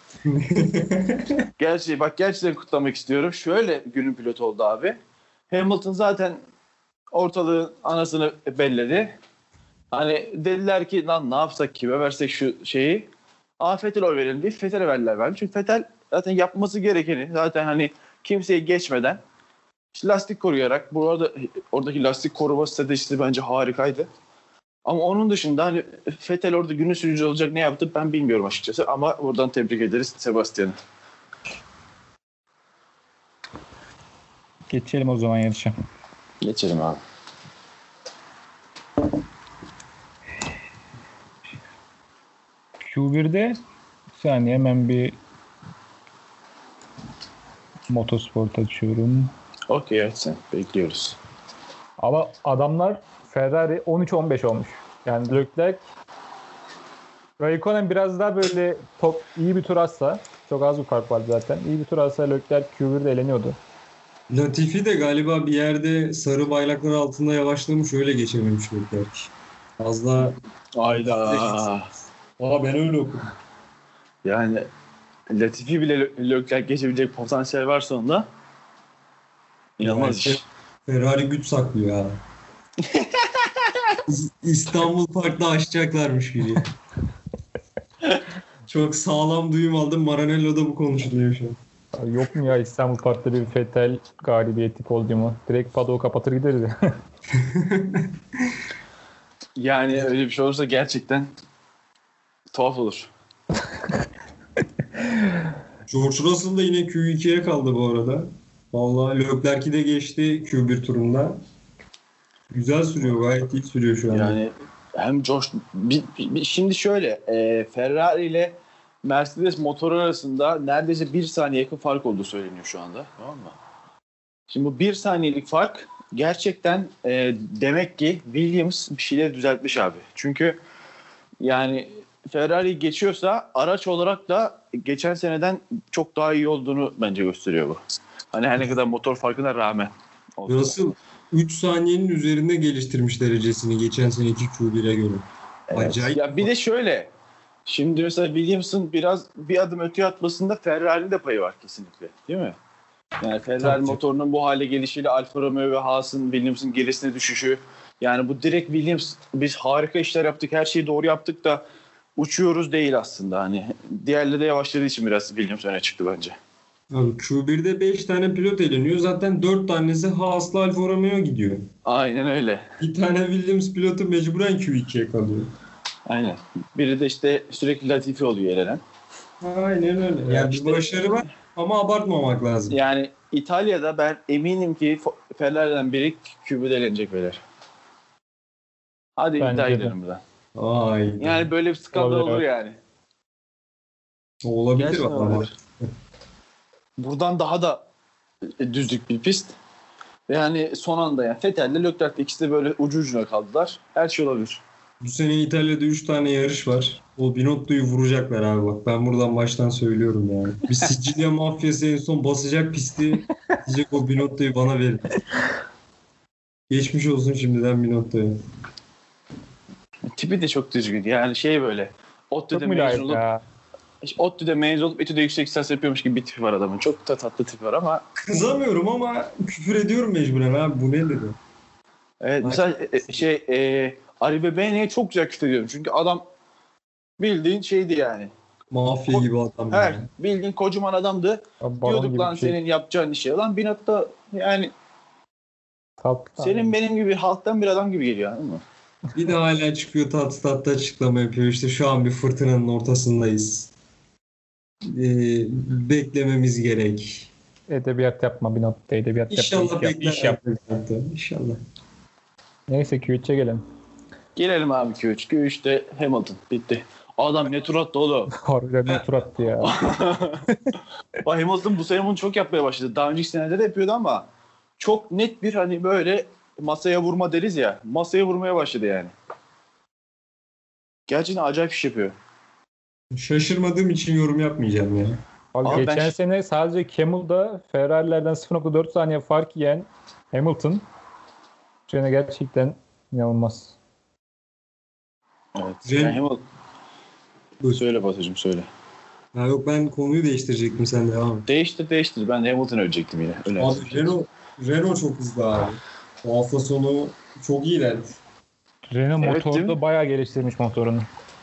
Speaker 6: Gerçekten kutlamak istiyorum. Şöyle günün pilotu oldu abi. Hamilton zaten ortalığın anasını belledi. Hani dediler ki lan ne yapsak, kime versek şu şeyi. Vettel'e oy verelim diye Vettel'e verdiler bence. Çünkü Vettel zaten yapması gerekeni zaten hani kimseyi geçmeden işte lastik koruyarak, bu arada oradaki lastik koruma stratejisi bence harikaydı. Ama onun dışında hani Vettel orada günün sürücü olacak ne yaptı ben bilmiyorum açıkçası. Ama buradan tebrik ederiz Sebastian'ı.
Speaker 4: Geçelim o zaman yarışa.
Speaker 6: Geçelim abi.
Speaker 4: Q1'de bir saniye hemen bir motosport açıyorum.
Speaker 6: Okey, evet, sen bekliyoruz.
Speaker 4: Ama adamlar Ferrari 13-15 olmuş. Yani Leclerc Raikkonen biraz daha böyle iyi bir tur atsa, çok az bir fark var zaten. İyi bir tur atsa Leclerc Q1'de eleniyordu.
Speaker 5: Latifi de galiba bir yerde sarı bayraklar altında yavaşlamış, öyle geçememiş Leclerc. Az daha...
Speaker 6: Ayda.
Speaker 5: Ben öyle okudum.
Speaker 6: Yani Latifi bile Leclerc geçebilecek potansiyel varsa onda inanılmaz
Speaker 5: Yani
Speaker 6: iş.
Speaker 5: Ferrari güç saklıyor ha. İstanbul Park'ta aşacaklarmış gibi. Çok sağlam duyum aldım. Maranello'da bu konuşuluyor şu an.
Speaker 4: Yok mu ya İstanbul Park'ta bir Vettel galibiyeti podyumu? Direkt paddoğu kapatır gideriz ya.
Speaker 6: Yani öyle bir şey olursa gerçekten tuhaf olur.
Speaker 5: George Russell da yine Q2'ye kaldı bu arada. Vallahi Leclerc'i de geçti Q1 turunda. Güzel sürüyor, gayet iyi sürüyor şu an.
Speaker 6: Yani hem şimdi şöyle Ferrari ile Mercedes motoru arasında neredeyse 1 saniye yakın fark olduğu söyleniyor şu anda. Tamam mı? Şimdi bu 1 saniyelik fark gerçekten demek ki Williams bir şeyleri düzeltmiş abi. Çünkü yani Ferrari geçiyorsa araç olarak da geçen seneden çok daha iyi olduğunu bence gösteriyor bu. Hani her ne kadar motor farkına rağmen.
Speaker 5: Russell 3 saniyenin üzerinde geliştirmiş derecesini geçen seneki Q1'e göre.
Speaker 6: Evet.
Speaker 5: Acayip.
Speaker 6: Ya bir de şöyle. Şimdi mesela Williams'ın biraz bir adım öteye atmasında Ferrari'nin de payı var kesinlikle. Değil mi? Yani Ferrari
Speaker 5: Tabii.
Speaker 6: motorunun bu hale gelişiyle Alfa Romeo ve Haas'ın Williams'ın gerisine düşüşü. Yani bu direkt Williams biz harika işler yaptık, her şeyi doğru yaptık da uçuyoruz değil aslında. Hani diğerleri de yavaşladığı için biraz Williams öne çıktı bence.
Speaker 5: Abi Q1'de 5 tane pilot eleniyor. Zaten 4 tanesi Haas'la Alfa Romeo gidiyor.
Speaker 6: Aynen öyle.
Speaker 5: Bir tane Williams pilotu mecburen Q2'ye kalıyor.
Speaker 6: Aynen. Biri de işte sürekli Latifi oluyor elenen.
Speaker 5: Aynen öyle. Yani
Speaker 6: İşte-
Speaker 5: bir başarı var ama abartmamak lazım.
Speaker 6: Yani İtalya'da ben eminim ki Ferrari'den biri Q1'de elenecek beyler. Hadi
Speaker 4: Bence
Speaker 6: iddia
Speaker 4: de.
Speaker 6: edelim buradan.
Speaker 5: Ay.
Speaker 6: Yani böyle bir skandal
Speaker 4: Olabilir,
Speaker 6: olur
Speaker 4: evet.
Speaker 6: yani.
Speaker 5: Olabilir
Speaker 6: Gerçekten
Speaker 5: ama.
Speaker 6: olabilir. Buradan daha da düzlük bir pist. Ve yani son anda yani Vettel'le Leclerc ikisi de böyle ucu ucuna kaldılar. Her şey olabilir.
Speaker 5: Bu sene İtalya'da 3 tane yarış var. O Binotto'yu vuracaklar abi bak. Ben buradan baştan söylüyorum yani. Bir Sicilya mafyası en son basacak pisti. Diyecek o Binotto'yu bana verin. Geçmiş olsun şimdiden Binotto'ya.
Speaker 6: Tipi de çok düzgün. Yani şey böyle.
Speaker 4: Çok
Speaker 6: ODTÜ'de
Speaker 4: mülayim
Speaker 6: mezun olup,
Speaker 4: ya.
Speaker 6: ODTÜ'de mezun olup İTÜ'de yüksek lisans yapıyormuş gibi bir tipi var adamın. Çok da tatlı tipi var ama
Speaker 5: Kızamıyorum ama küfür ediyorum mecburen abi. Bu ne dedi?
Speaker 6: evet, mesela Ali Bebeğe'ye çok güzel küfür ediyorum. Çünkü adam bildiğin şeydi yani.
Speaker 5: Mafya gibi adam.
Speaker 6: Her
Speaker 5: yani.
Speaker 6: bildiğin kocaman adamdı.
Speaker 4: Balon
Speaker 6: Diyorduk
Speaker 4: gibi
Speaker 6: lan
Speaker 4: bir şey.
Speaker 6: senin yapacağın işe. Lan Binot da yani
Speaker 4: Tatlı.
Speaker 6: senin benim gibi halktan bir adam gibi geliyor, anladın mı?
Speaker 5: Bir de hala çıkıyor tatlı açıklama yapıyor. İşte şu an bir fırtınanın ortasındayız. Beklememiz gerek.
Speaker 4: Edebiyat yapma bir notta edebiyat yapma.
Speaker 5: İnşallah
Speaker 4: İş yap.
Speaker 5: bekler. İnşallah.
Speaker 4: Neyse Q3'e gelelim.
Speaker 6: Gelelim abi Q3. Q3'te Hamilton bitti. Adam ne tur attı oğlum.
Speaker 4: Harbiden ne tur attı ya.
Speaker 6: Bak Hamilton bu sene bunu çok yapmaya başladı. Daha önceki senelerde de yapıyordu ama çok net bir hani böyle masaya vurma deriz ya. Masaya vurmaya başladı yani. Gerçekten acayip iş yapıyor.
Speaker 5: Şaşırmadığım için yorum yapmayacağım ya.
Speaker 4: Abi
Speaker 6: Abi
Speaker 4: geçen sene sadece Camel'da Ferrari'lerden 0.4 saniye fark yiyen Hamilton bu sene gerçekten inanılmaz.
Speaker 6: Evet.
Speaker 5: Ren-
Speaker 6: Yani Hamilton...
Speaker 5: Buyur.
Speaker 6: Söyle Batucuğum söyle.
Speaker 5: Ya yok, ben konuyu değiştirecektim, sen devam et.
Speaker 6: Değiştir. Ben de Hamilton ölecektim yine.
Speaker 5: Abi Renault çok hızlı abi. Bu hafta sonu çok iyilerdi.
Speaker 4: Renault
Speaker 6: Evet, değil mi?
Speaker 4: motorda bayağı geliştirmiş motorunu.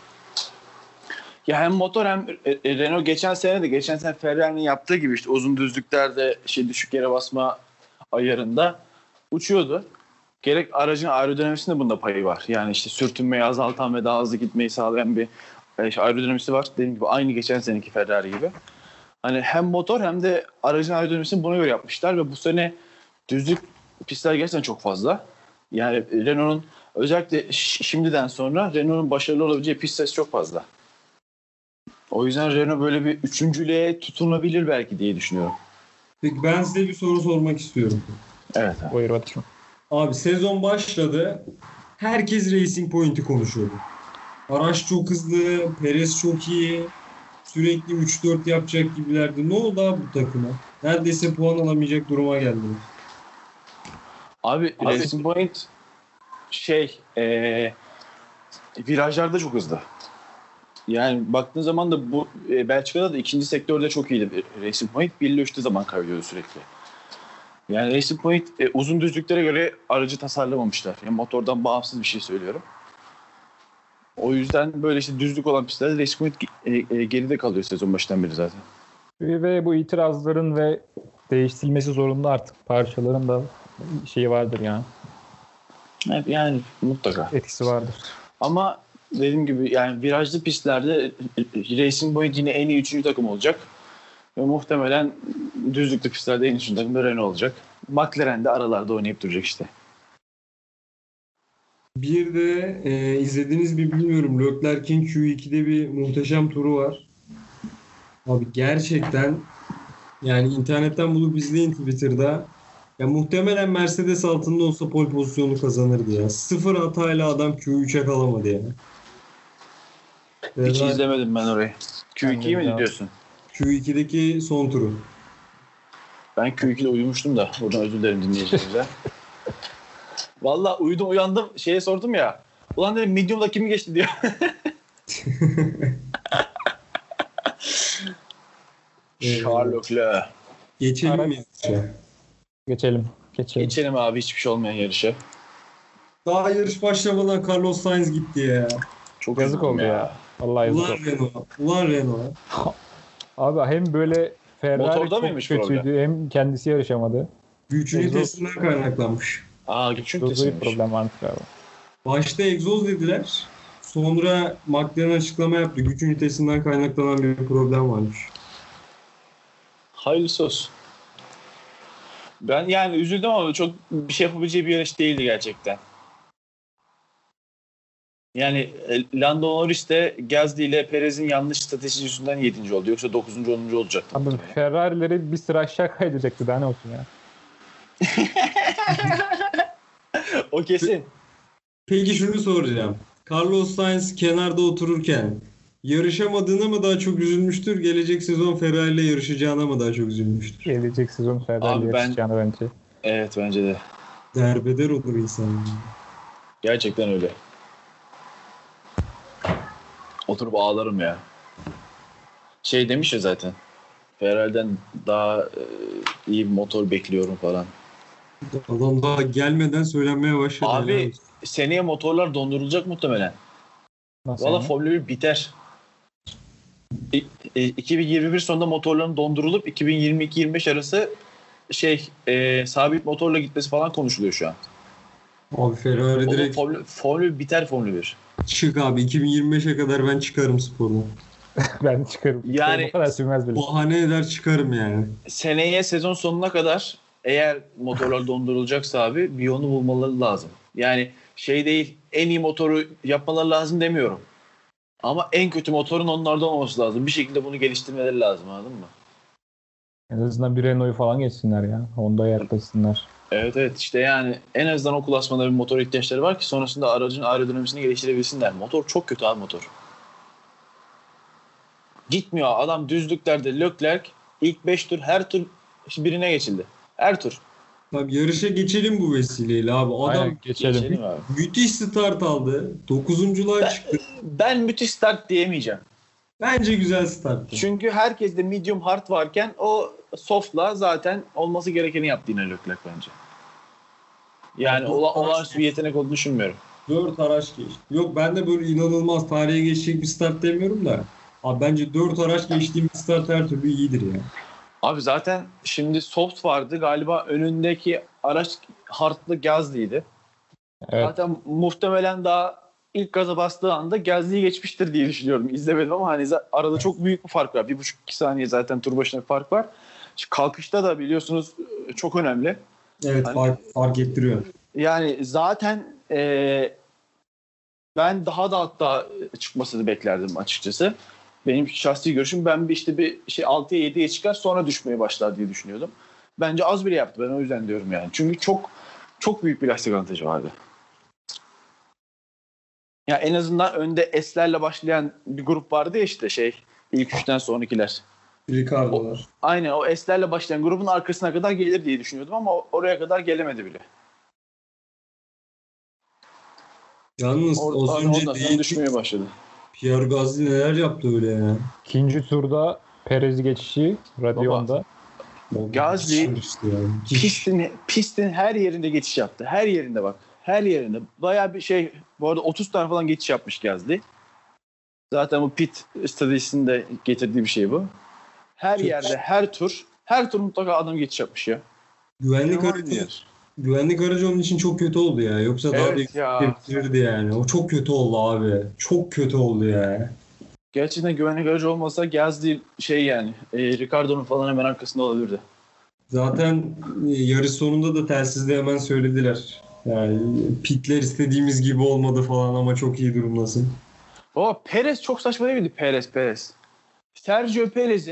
Speaker 6: Ya hem motor hem Renault geçen sene Ferrari'nin yaptığı gibi işte uzun düzlüklerde düşük yere basma ayarında uçuyordu. Gerek aracın aerodinamisinde bunda payı var. Yani işte sürtünmeyi azaltan ve daha hızlı gitmeyi sağlayan bir aerodinamisi var. Dediğim gibi aynı geçen seneki Ferrari gibi. Hani hem motor hem de aracın aerodinamisini buna göre yapmışlar ve bu sene düzlük pistler gerçekten çok fazla. Yani Renault'un özellikle şimdiden sonra Renault'un başarılı olabileceği pist sayısı çok fazla. O yüzden Renault böyle bir üçüncülüğe tutunabilir belki diye düşünüyorum.
Speaker 5: Peki ben size bir soru sormak istiyorum.
Speaker 6: Evet abi.
Speaker 4: Buyur Batucuğum.
Speaker 5: Abi sezon başladı. Herkes Racing Point'i konuşuyordu. Araç çok hızlı, Perez çok iyi. Sürekli 3-4 yapacak gibilerdi. Ne oldu abi bu takıma? Neredeyse puan alamayacak duruma geldiler.
Speaker 6: Abi Racing Point virajlarda çok hızlı. Yani baktığın zaman da bu Belçika'da da ikinci sektörde çok iyiydi Racing Point. 1 ile 3'te zaman kaybediyordu sürekli. Yani Racing Point uzun düzlüklere göre aracı tasarlamamışlar. Yani motordan bağımsız bir şey söylüyorum. O yüzden böyle işte düzlük olan pistlerde Racing Point geride kalıyor sezon başından beri zaten.
Speaker 4: Ve bu itirazların ve değiştirilmesi zorunlu artık parçaların da şeyi vardır yani.
Speaker 6: Evet, yani mutlaka.
Speaker 4: Etkisi vardır.
Speaker 6: Ama dediğim gibi yani virajlı pistlerde Racing Point yine en iyi 3. takım olacak. Ve muhtemelen düzlüklü pistlerde en iyi 3. takım da Renault olacak. McLaren de aralarda oynayıp duracak işte.
Speaker 5: Bir de izlediniz mi bilmiyorum. Leclerc'in Q2'de bir muhteşem turu var. Abi gerçekten yani internetten bulup izleyin Twitter'da. Ya muhtemelen Mercedes altında olsa pole pozisyonu kazanırdı ya. 0 hatayla adam Q3'e kalamadı ya.
Speaker 6: Hiç izlemedim ben orayı. Q2'yi mi diyorsun?
Speaker 5: Q2'deki son turu.
Speaker 6: Ben Q2'de uyumuştum da. Buradan özür dilerim dinleyicilerimize. Valla uyudum uyandım. Şeye sordum ya. Ulan dedim medium'da kimi geçti diyor. Charles Leclerc.
Speaker 5: Geçelim mi?
Speaker 4: Geçelim.
Speaker 6: Geçelim abi hiçbir şey olmayan yarışa.
Speaker 5: Daha yarış başlamadan Carlos Sainz gitti ya.
Speaker 6: Çok
Speaker 4: Yazık
Speaker 6: üzüldüm
Speaker 4: oldu ya. Vallahi yazık
Speaker 5: Ulan
Speaker 4: oldu.
Speaker 5: Renault. Ulan Renault.
Speaker 4: Abi hem böyle Ferrari
Speaker 6: Motorda
Speaker 4: çok
Speaker 6: mıymış
Speaker 4: kötüydü
Speaker 6: problem?
Speaker 4: hem kendisi yarışamadı.
Speaker 5: Güç ünitesinden kaynaklanmış.
Speaker 6: Güçlük
Speaker 4: Hızlı bir
Speaker 6: tesiymiş.
Speaker 4: problem varmış galiba.
Speaker 5: Başta egzoz dediler. Sonra McLaren açıklama yaptı. Güç ünitesinden kaynaklanan bir problem varmış.
Speaker 6: Hayırlısı olsun. Ben yani üzüldüm ama çok bir şey yapabileceği bir yarış değildi gerçekten. Yani Lando Norris de Gasly ile Perez'in yanlış stratejisi yüzünden 7. oldu. Yoksa 9. 10. olacaktı.
Speaker 4: Abi Ferrari'leri bir sıra aşağı kaydedecekti daha ne olsun ya.
Speaker 6: O kesin.
Speaker 5: Peki şunu soracağım. Carlos Sainz kenarda otururken yarışamadığına mı daha çok üzülmüştür? Gelecek sezon Ferrari ile yarışacağına mı daha çok üzülmüştür?
Speaker 4: Gelecek sezon
Speaker 6: Abi
Speaker 4: Ferrari
Speaker 6: ben-
Speaker 4: yarışacağını bence.
Speaker 6: Evet bence de.
Speaker 5: Derbeder olur insan.
Speaker 6: Gerçekten öyle. Oturup ağlarım ya. Şey demiş ya zaten. Ferrari'den daha iyi bir motor bekliyorum falan.
Speaker 5: Adam daha gelmeden söylenmeye başladı.
Speaker 6: Abi seneye motorlar dondurulacak muhtemelen.
Speaker 4: Nasıl
Speaker 6: Valla
Speaker 4: yani?
Speaker 6: Formula 1 biter. 2021 sonunda motorların dondurulup 2022-25 arası sabit motorla gitmesi falan konuşuluyor şu an.
Speaker 5: Abi Ferrari
Speaker 6: Oğlum,
Speaker 5: direkt
Speaker 6: Formula 1 biter Formula 1.
Speaker 5: çık abi. 2025'e kadar ben çıkarım sporuna.
Speaker 4: Ben çıkarım.
Speaker 6: Yani-
Speaker 4: O kadar sürmez bile.
Speaker 5: Bahane eder çıkarım yani.
Speaker 6: Seneye sezon sonuna kadar eğer motorlar dondurulacaksa abi bir yolunu bulmaları lazım. Yani değil en iyi motoru yapmaları lazım demiyorum. Ama en kötü motorun onlardan olması lazım. Bir şekilde bunu geliştirmeleri lazım anladın mı?
Speaker 4: En azından bir Renault'u falan geçsinler ya. Honda'ya yaklaşsınlar.
Speaker 6: Evet işte yani en azından o klasmanda bir motor ihtiyaçları var ki sonrasında aracın aerodinamisini geliştirebilsinler. Motor çok kötü abi motor. Gitmiyor adam düzlüklerde Leclerc ilk 5 tur her tur birine geçildi. Her tur.
Speaker 5: Abi yarışa geçelim bu vesileyle abi. Adam
Speaker 4: Aynen geçelim.
Speaker 6: Geçelim abi.
Speaker 5: müthiş start aldı. 9'unculuğa çıktı.
Speaker 6: Ben müthiş start diyemeyeceğim.
Speaker 5: Bence güzel starttı.
Speaker 6: Çünkü herkeste medium hard varken o soft'la zaten olması gerekeni yaptı yine Leclerc bence. Yani olağanüstü bir yetenek olduğunu düşünmüyorum.
Speaker 5: 4 araç geçti. Yok ben de böyle inanılmaz tarihe geçecek bir start demiyorum da. Abi bence 4 araç geçtiğim bir start her türlü iyidir ya.
Speaker 6: Abi zaten şimdi soft vardı. Galiba önündeki araç hardlı Gasly'ydi.
Speaker 4: Evet.
Speaker 6: Zaten muhtemelen daha ilk gaza bastığı anda Gasly'yi geçmiştir diye düşünüyorum. İzlemedim ama hani arada çok büyük bir fark var. 1,5-2 saniye zaten tur başına bir fark var. Şu kalkışta da biliyorsunuz çok önemli.
Speaker 5: Evet
Speaker 6: Hani-
Speaker 5: fark ettiriyor.
Speaker 6: Yani zaten ben daha da hatta çıkmasını beklerdim açıkçası. Benim şahsi görüşüm ben bir 6'ya 7'ye çıkar sonra düşmeye başlar diye düşünüyordum. Bence az bile yaptı, ben o yüzden diyorum yani. Çünkü çok büyük bir lastik avantajı vardı. Ya en azından önde S'lerle başlayan bir grup vardı ya işte ilk üçten sonrakiler.
Speaker 5: Ricardo'lar.
Speaker 6: Aynen o S'lerle başlayan grubun arkasına kadar gelir diye düşünüyordum ama oraya kadar gelemedi bile.
Speaker 5: Yalnız az
Speaker 6: Ondan
Speaker 5: önce
Speaker 6: sonra
Speaker 5: değil,
Speaker 6: düşmeye başladı.
Speaker 5: Pierre Gasly neler yaptı öyle ya.
Speaker 4: İkinci turda Perez geçişi radyonda.
Speaker 6: Gasly pistin her yerinde geçiş yaptı. Her yerinde bak. Her yerinde. Bayağı bir bu arada 30 tane falan geçiş yapmış Gasly. Zaten bu pit stratejisinde getirdiği bir şey bu. Her yerde, her tur mutlaka adam geçiş yapmış ya.
Speaker 5: Güvenlik aracı onun için çok kötü oldu ya. Yoksa daha
Speaker 6: Evet ya.
Speaker 5: bitirirdi yani. O çok kötü oldu abi. Çok kötü oldu ya.
Speaker 6: Gerçekten güvenlik aracı olmasa Gasly Ricardo'nun falan hemen arkasında olabilirdi.
Speaker 5: Zaten yarış sonunda da telsizde hemen söylediler. Yani pitler istediğimiz gibi olmadı falan ama çok iyi durumdasın.
Speaker 6: O Perez çok saçma değil miydi? Perez. Sergio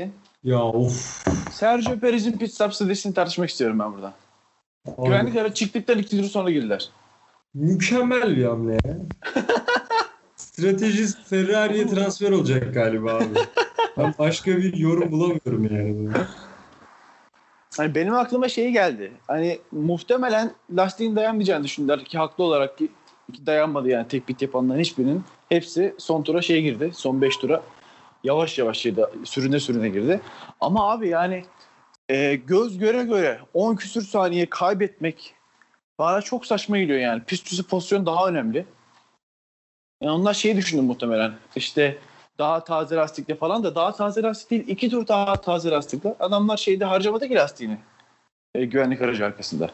Speaker 6: Perez'in pit stop stratejisini tartışmak istiyorum ben burada.
Speaker 5: Abi,
Speaker 6: Güvenlik aracı çıktıktan 2 tur sonra girdiler.
Speaker 5: mükemmel bir hamle ya. Stratejist Ferrari'ye transfer olacak galiba abi. Ben başka bir yorum bulamıyorum yani buna.
Speaker 6: Hani benim aklıma geldi. Hani muhtemelen lastiğin dayanmayacağını düşündüler ki haklı olarak ki dayanmadı yani tek pit yapanların hiçbirinin. Hepsi son tura girdi. Son 5 tura yavaş sürüne girdi. Ama abi yani göz göre 10 küsür saniye kaybetmek bana çok saçma geliyor yani. Pist üstü pozisyon daha önemli. Yani onlar düşündü muhtemelen. İşte daha taze lastikle falan da daha taze lastik değil. 2 tur daha taze lastikler. Adamlar harcamadı ki lastiğini. Güvenlik aracı arkasında.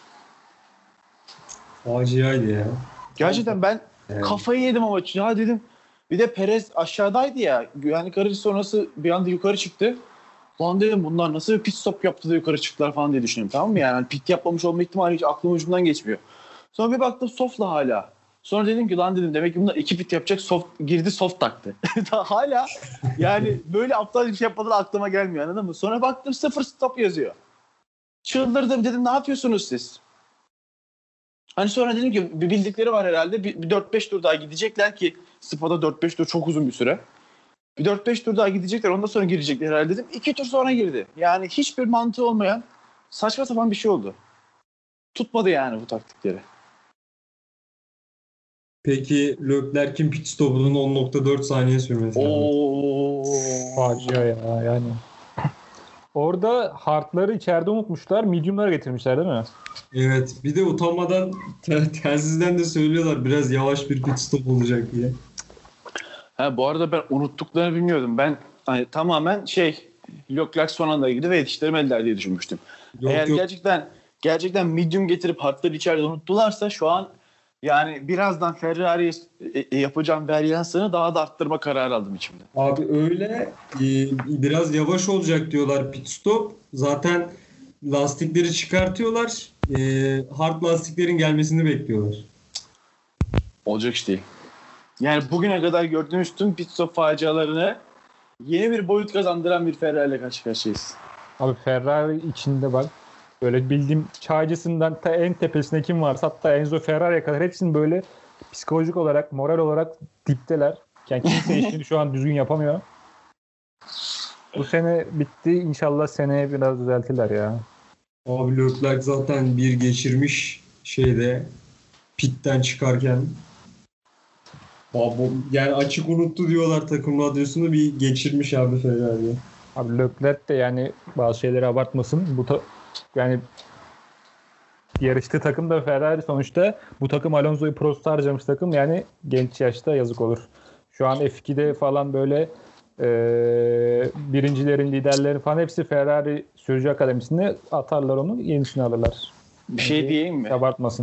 Speaker 5: Faciaydı ya.
Speaker 6: Gerçekten ben
Speaker 5: Yani.
Speaker 6: kafayı yedim ama ya dedim. Bir de Perez aşağıdaydı ya. Güvenlik aracı sonrası bir anda yukarı çıktı. Lan dedim bunlar nasıl bir pit stop yaptı da yukarı çıktılar falan diye düşünüyorum, tamam mı? Yani pit yapmamış olma ihtimali hiç aklım ucundan geçmiyor. Sonra bir baktım soft'la hala. Sonra dedim ki demek ki bunlar 2 pit yapacak, soft taktı. Hala yani böyle aptal bir şey yapmadan aklıma gelmiyor, anladın mı? Sonra baktım 0 stop yazıyor. Çıldırdım, dedim ne yapıyorsunuz siz? Hani sonra dedim ki bir bildikleri var herhalde. Bir 4-5 tur daha gidecekler ki Spa'da 4-5 tur çok uzun bir süre. Bir 4-5 tur daha gidecekler, ondan sonra girecekler herhalde dedim. 2 tur sonra girdi. Yani hiçbir mantığı olmayan saçma sapan bir şey oldu. Tutmadı yani bu taktikleri.
Speaker 5: Peki Leclerc'in pit stopunun 10.4 saniye sürmesi lazım.
Speaker 4: Facia ya yani. Orada hardları içeride unutmuşlar. Medium'ları getirmişler değil mi?
Speaker 5: Evet. Bir de utanmadan telsizden de söylüyorlar biraz yavaş bir pit stop olacak diye.
Speaker 6: Bu arada ben unuttuklarını bilmiyordum. Ben tamamen Leclerc son anda girdi ve yetiştiremediler diye düşünmüştüm. Eğer gerçekten medium getirip hardları içeride unuttularsa şu an yani birazdan Ferrari'ye yapacağım varyansını daha da arttırma kararı aldım içimde.
Speaker 5: Abi öyle biraz yavaş olacak diyorlar pit stop. Zaten lastikleri çıkartıyorlar. Hard lastiklerin gelmesini bekliyorlar.
Speaker 6: Olacak iş değil. Yani bugüne kadar gördüğümüz tüm pit stop facialarını yeni bir boyut kazandıran bir Ferrari ile karşı karşıyayız.
Speaker 4: Abi Ferrari içinde bak. Böyle bildiğim çaycısından en tepesine kim varsa, hatta Enzo Ferrari'ye kadar hepsinin böyle psikolojik olarak, moral olarak dipteler. Yani kimse işini şu an düzgün yapamıyor. Bu sene bitti. İnşallah seneye biraz düzeltirler ya.
Speaker 5: Abi Leclerc zaten bir geçirmiş pitten çıkarken. Yani açık unuttu diyorlar takım radyosunu, bir geçirmiş abi Ferrari'ye.
Speaker 4: Abi Leclerc de yani bazı şeyleri abartmasın. Yani yarıştığı takım da Ferrari sonuçta. Bu takım Alonso'yu Prost'a harcamış takım. Yani genç yaşta yazık olur. Şu an F2'de falan böyle birincilerin, liderlerin falan hepsi Ferrari sürücü akademisinde atarlar onu. Yenisini alırlar.
Speaker 6: Bir şey diyeyim mi?
Speaker 4: Abartmasın.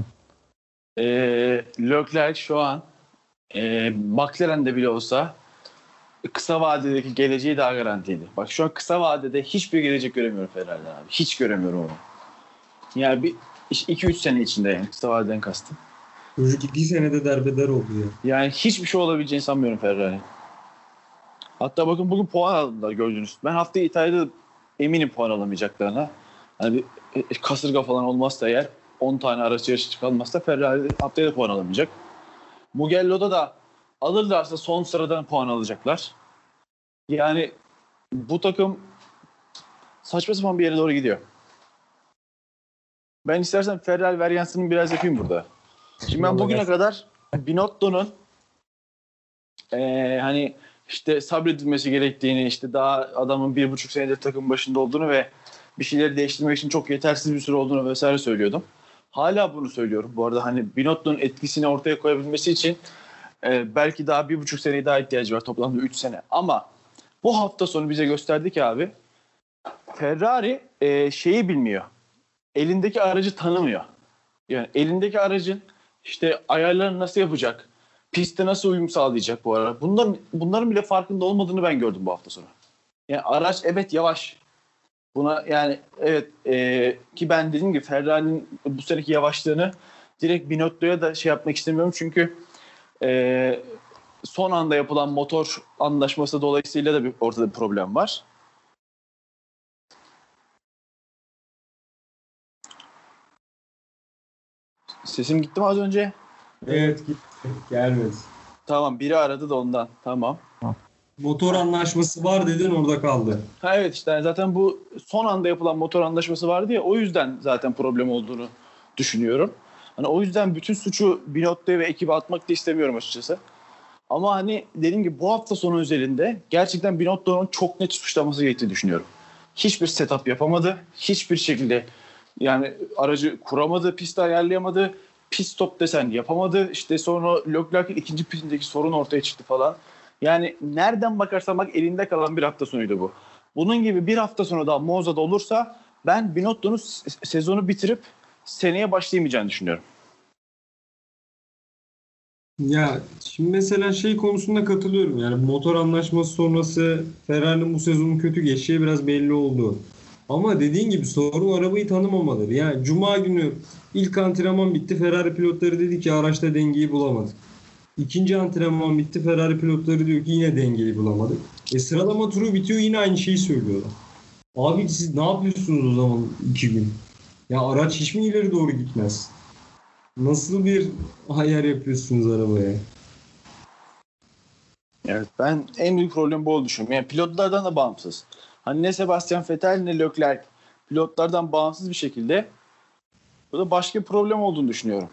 Speaker 6: Leclerc şu an McLaren'de bile olsa kısa vadedeki geleceği daha garantiydi. Bak şu an kısa vadede hiçbir gelecek göremiyorum Ferrari'den abi. Hiç göremiyorum onu. Yani bir 2-3 sene içinde yani kısa vadeden kastım.
Speaker 5: Çocuk 2 senede derbeder oldu ya.
Speaker 6: Yani hiçbir şey olabileceğini sanmıyorum Ferrari. Hatta bakın bugün puan aldılar gördünüz. Ben haftaya İtalya'da eminim puan alamayacaklarına. Hani bir kasırga falan olmazsa eğer 10 tane araç yarışı kalmazsa Ferrari haftaya da puan alamayacak. Mugello'da da alırlarsa son sıradan puan alacaklar. Yani bu takım saçma sapan bir yere doğru gidiyor. Ben istersen Ferrari varyansını biraz yapayım burada. Şimdi ben bugüne kadar Binotto'nun hani işte sabredilmesi gerektiğini, işte daha adamın 1,5 senedir takım başında olduğunu ve bir şeyleri değiştirmek için çok yetersiz bir süre olduğunu vesaire söylüyordum. Hala bunu söylüyorum. Bu arada hani Binotto'nun etkisini ortaya koyabilmesi için belki daha 1,5 seneye daha ihtiyacı var. Toplamda 3 sene. Ama bu hafta sonu bize gösterdi ki abi Ferrari şeyi bilmiyor. Elindeki aracı tanımıyor. Yani elindeki aracın işte ayarlarını nasıl yapacak? Piste nasıl uyum sağlayacak bu arada? Bunların bile farkında olmadığını ben gördüm bu hafta sonu. Yani araç evet yavaş. Buna yani evet ki ben dediğim gibi Ferrari'nin bu seneki yavaşlığını direkt Binotto'ya da şey yapmak istemiyorum. Çünkü son anda yapılan motor anlaşması dolayısıyla da ortada bir problem var. Sesim gitti mi az önce?
Speaker 5: Evet gitti. Gelmedi.
Speaker 6: Tamam biri aradı da ondan. Tamam.
Speaker 5: Motor anlaşması var dedin orada kaldı.
Speaker 6: Ha evet işte zaten bu son anda yapılan motor anlaşması vardı ya o yüzden zaten problem olduğunu düşünüyorum. Hani o yüzden bütün suçu Binotto'ya ve ekibe atmak da istemiyorum açıkçası. Ama hani dediğim gibi bu hafta sonu özelinde gerçekten Binotto'nun çok net suçlaması gerektiğini düşünüyorum. Hiçbir setup yapamadı. Hiçbir şekilde yani aracı kuramadı, pisti ayarlayamadı. Pit stop desen yapamadı. İşte sonra Leclerc'in ikinci pitindeki sorun ortaya çıktı falan. Yani nereden bakarsan bak elinde kalan bir hafta sonuydu bu. Bunun gibi bir hafta sonu daha Monza'da olursa ben Binotto'nun sezonu bitirip seneye başlayamayacağını düşünüyorum.
Speaker 5: Ya şimdi mesela şey konusunda katılıyorum. Yani motor anlaşması sonrası Ferrari'nin bu sezonun kötü geçeceği biraz belli oldu. Ama dediğin gibi sorun arabayı tanımamaları. Yani Cuma günü ilk antrenman bitti. Ferrari pilotları dedi ki araçta dengeyi bulamadık. İkinci antrenman bitti. Ferrari pilotları diyor ki yine dengeyi bulamadık. Sıralama turu bitiyor yine aynı şeyi söylüyorlar. Abi siz ne yapıyorsunuz o zaman 2 gün? Ya araç hiç mi ileri doğru gitmez? Nasıl bir ayar yapıyorsunuz arabaya?
Speaker 6: Evet ben en büyük problem bu olduğunu düşünüyorum. Yani pilotlardan da bağımsız. Hani ne Sebastian Vettel ne Leclerc pilotlardan bağımsız bir şekilde burada başka bir problem olduğunu düşünüyorum.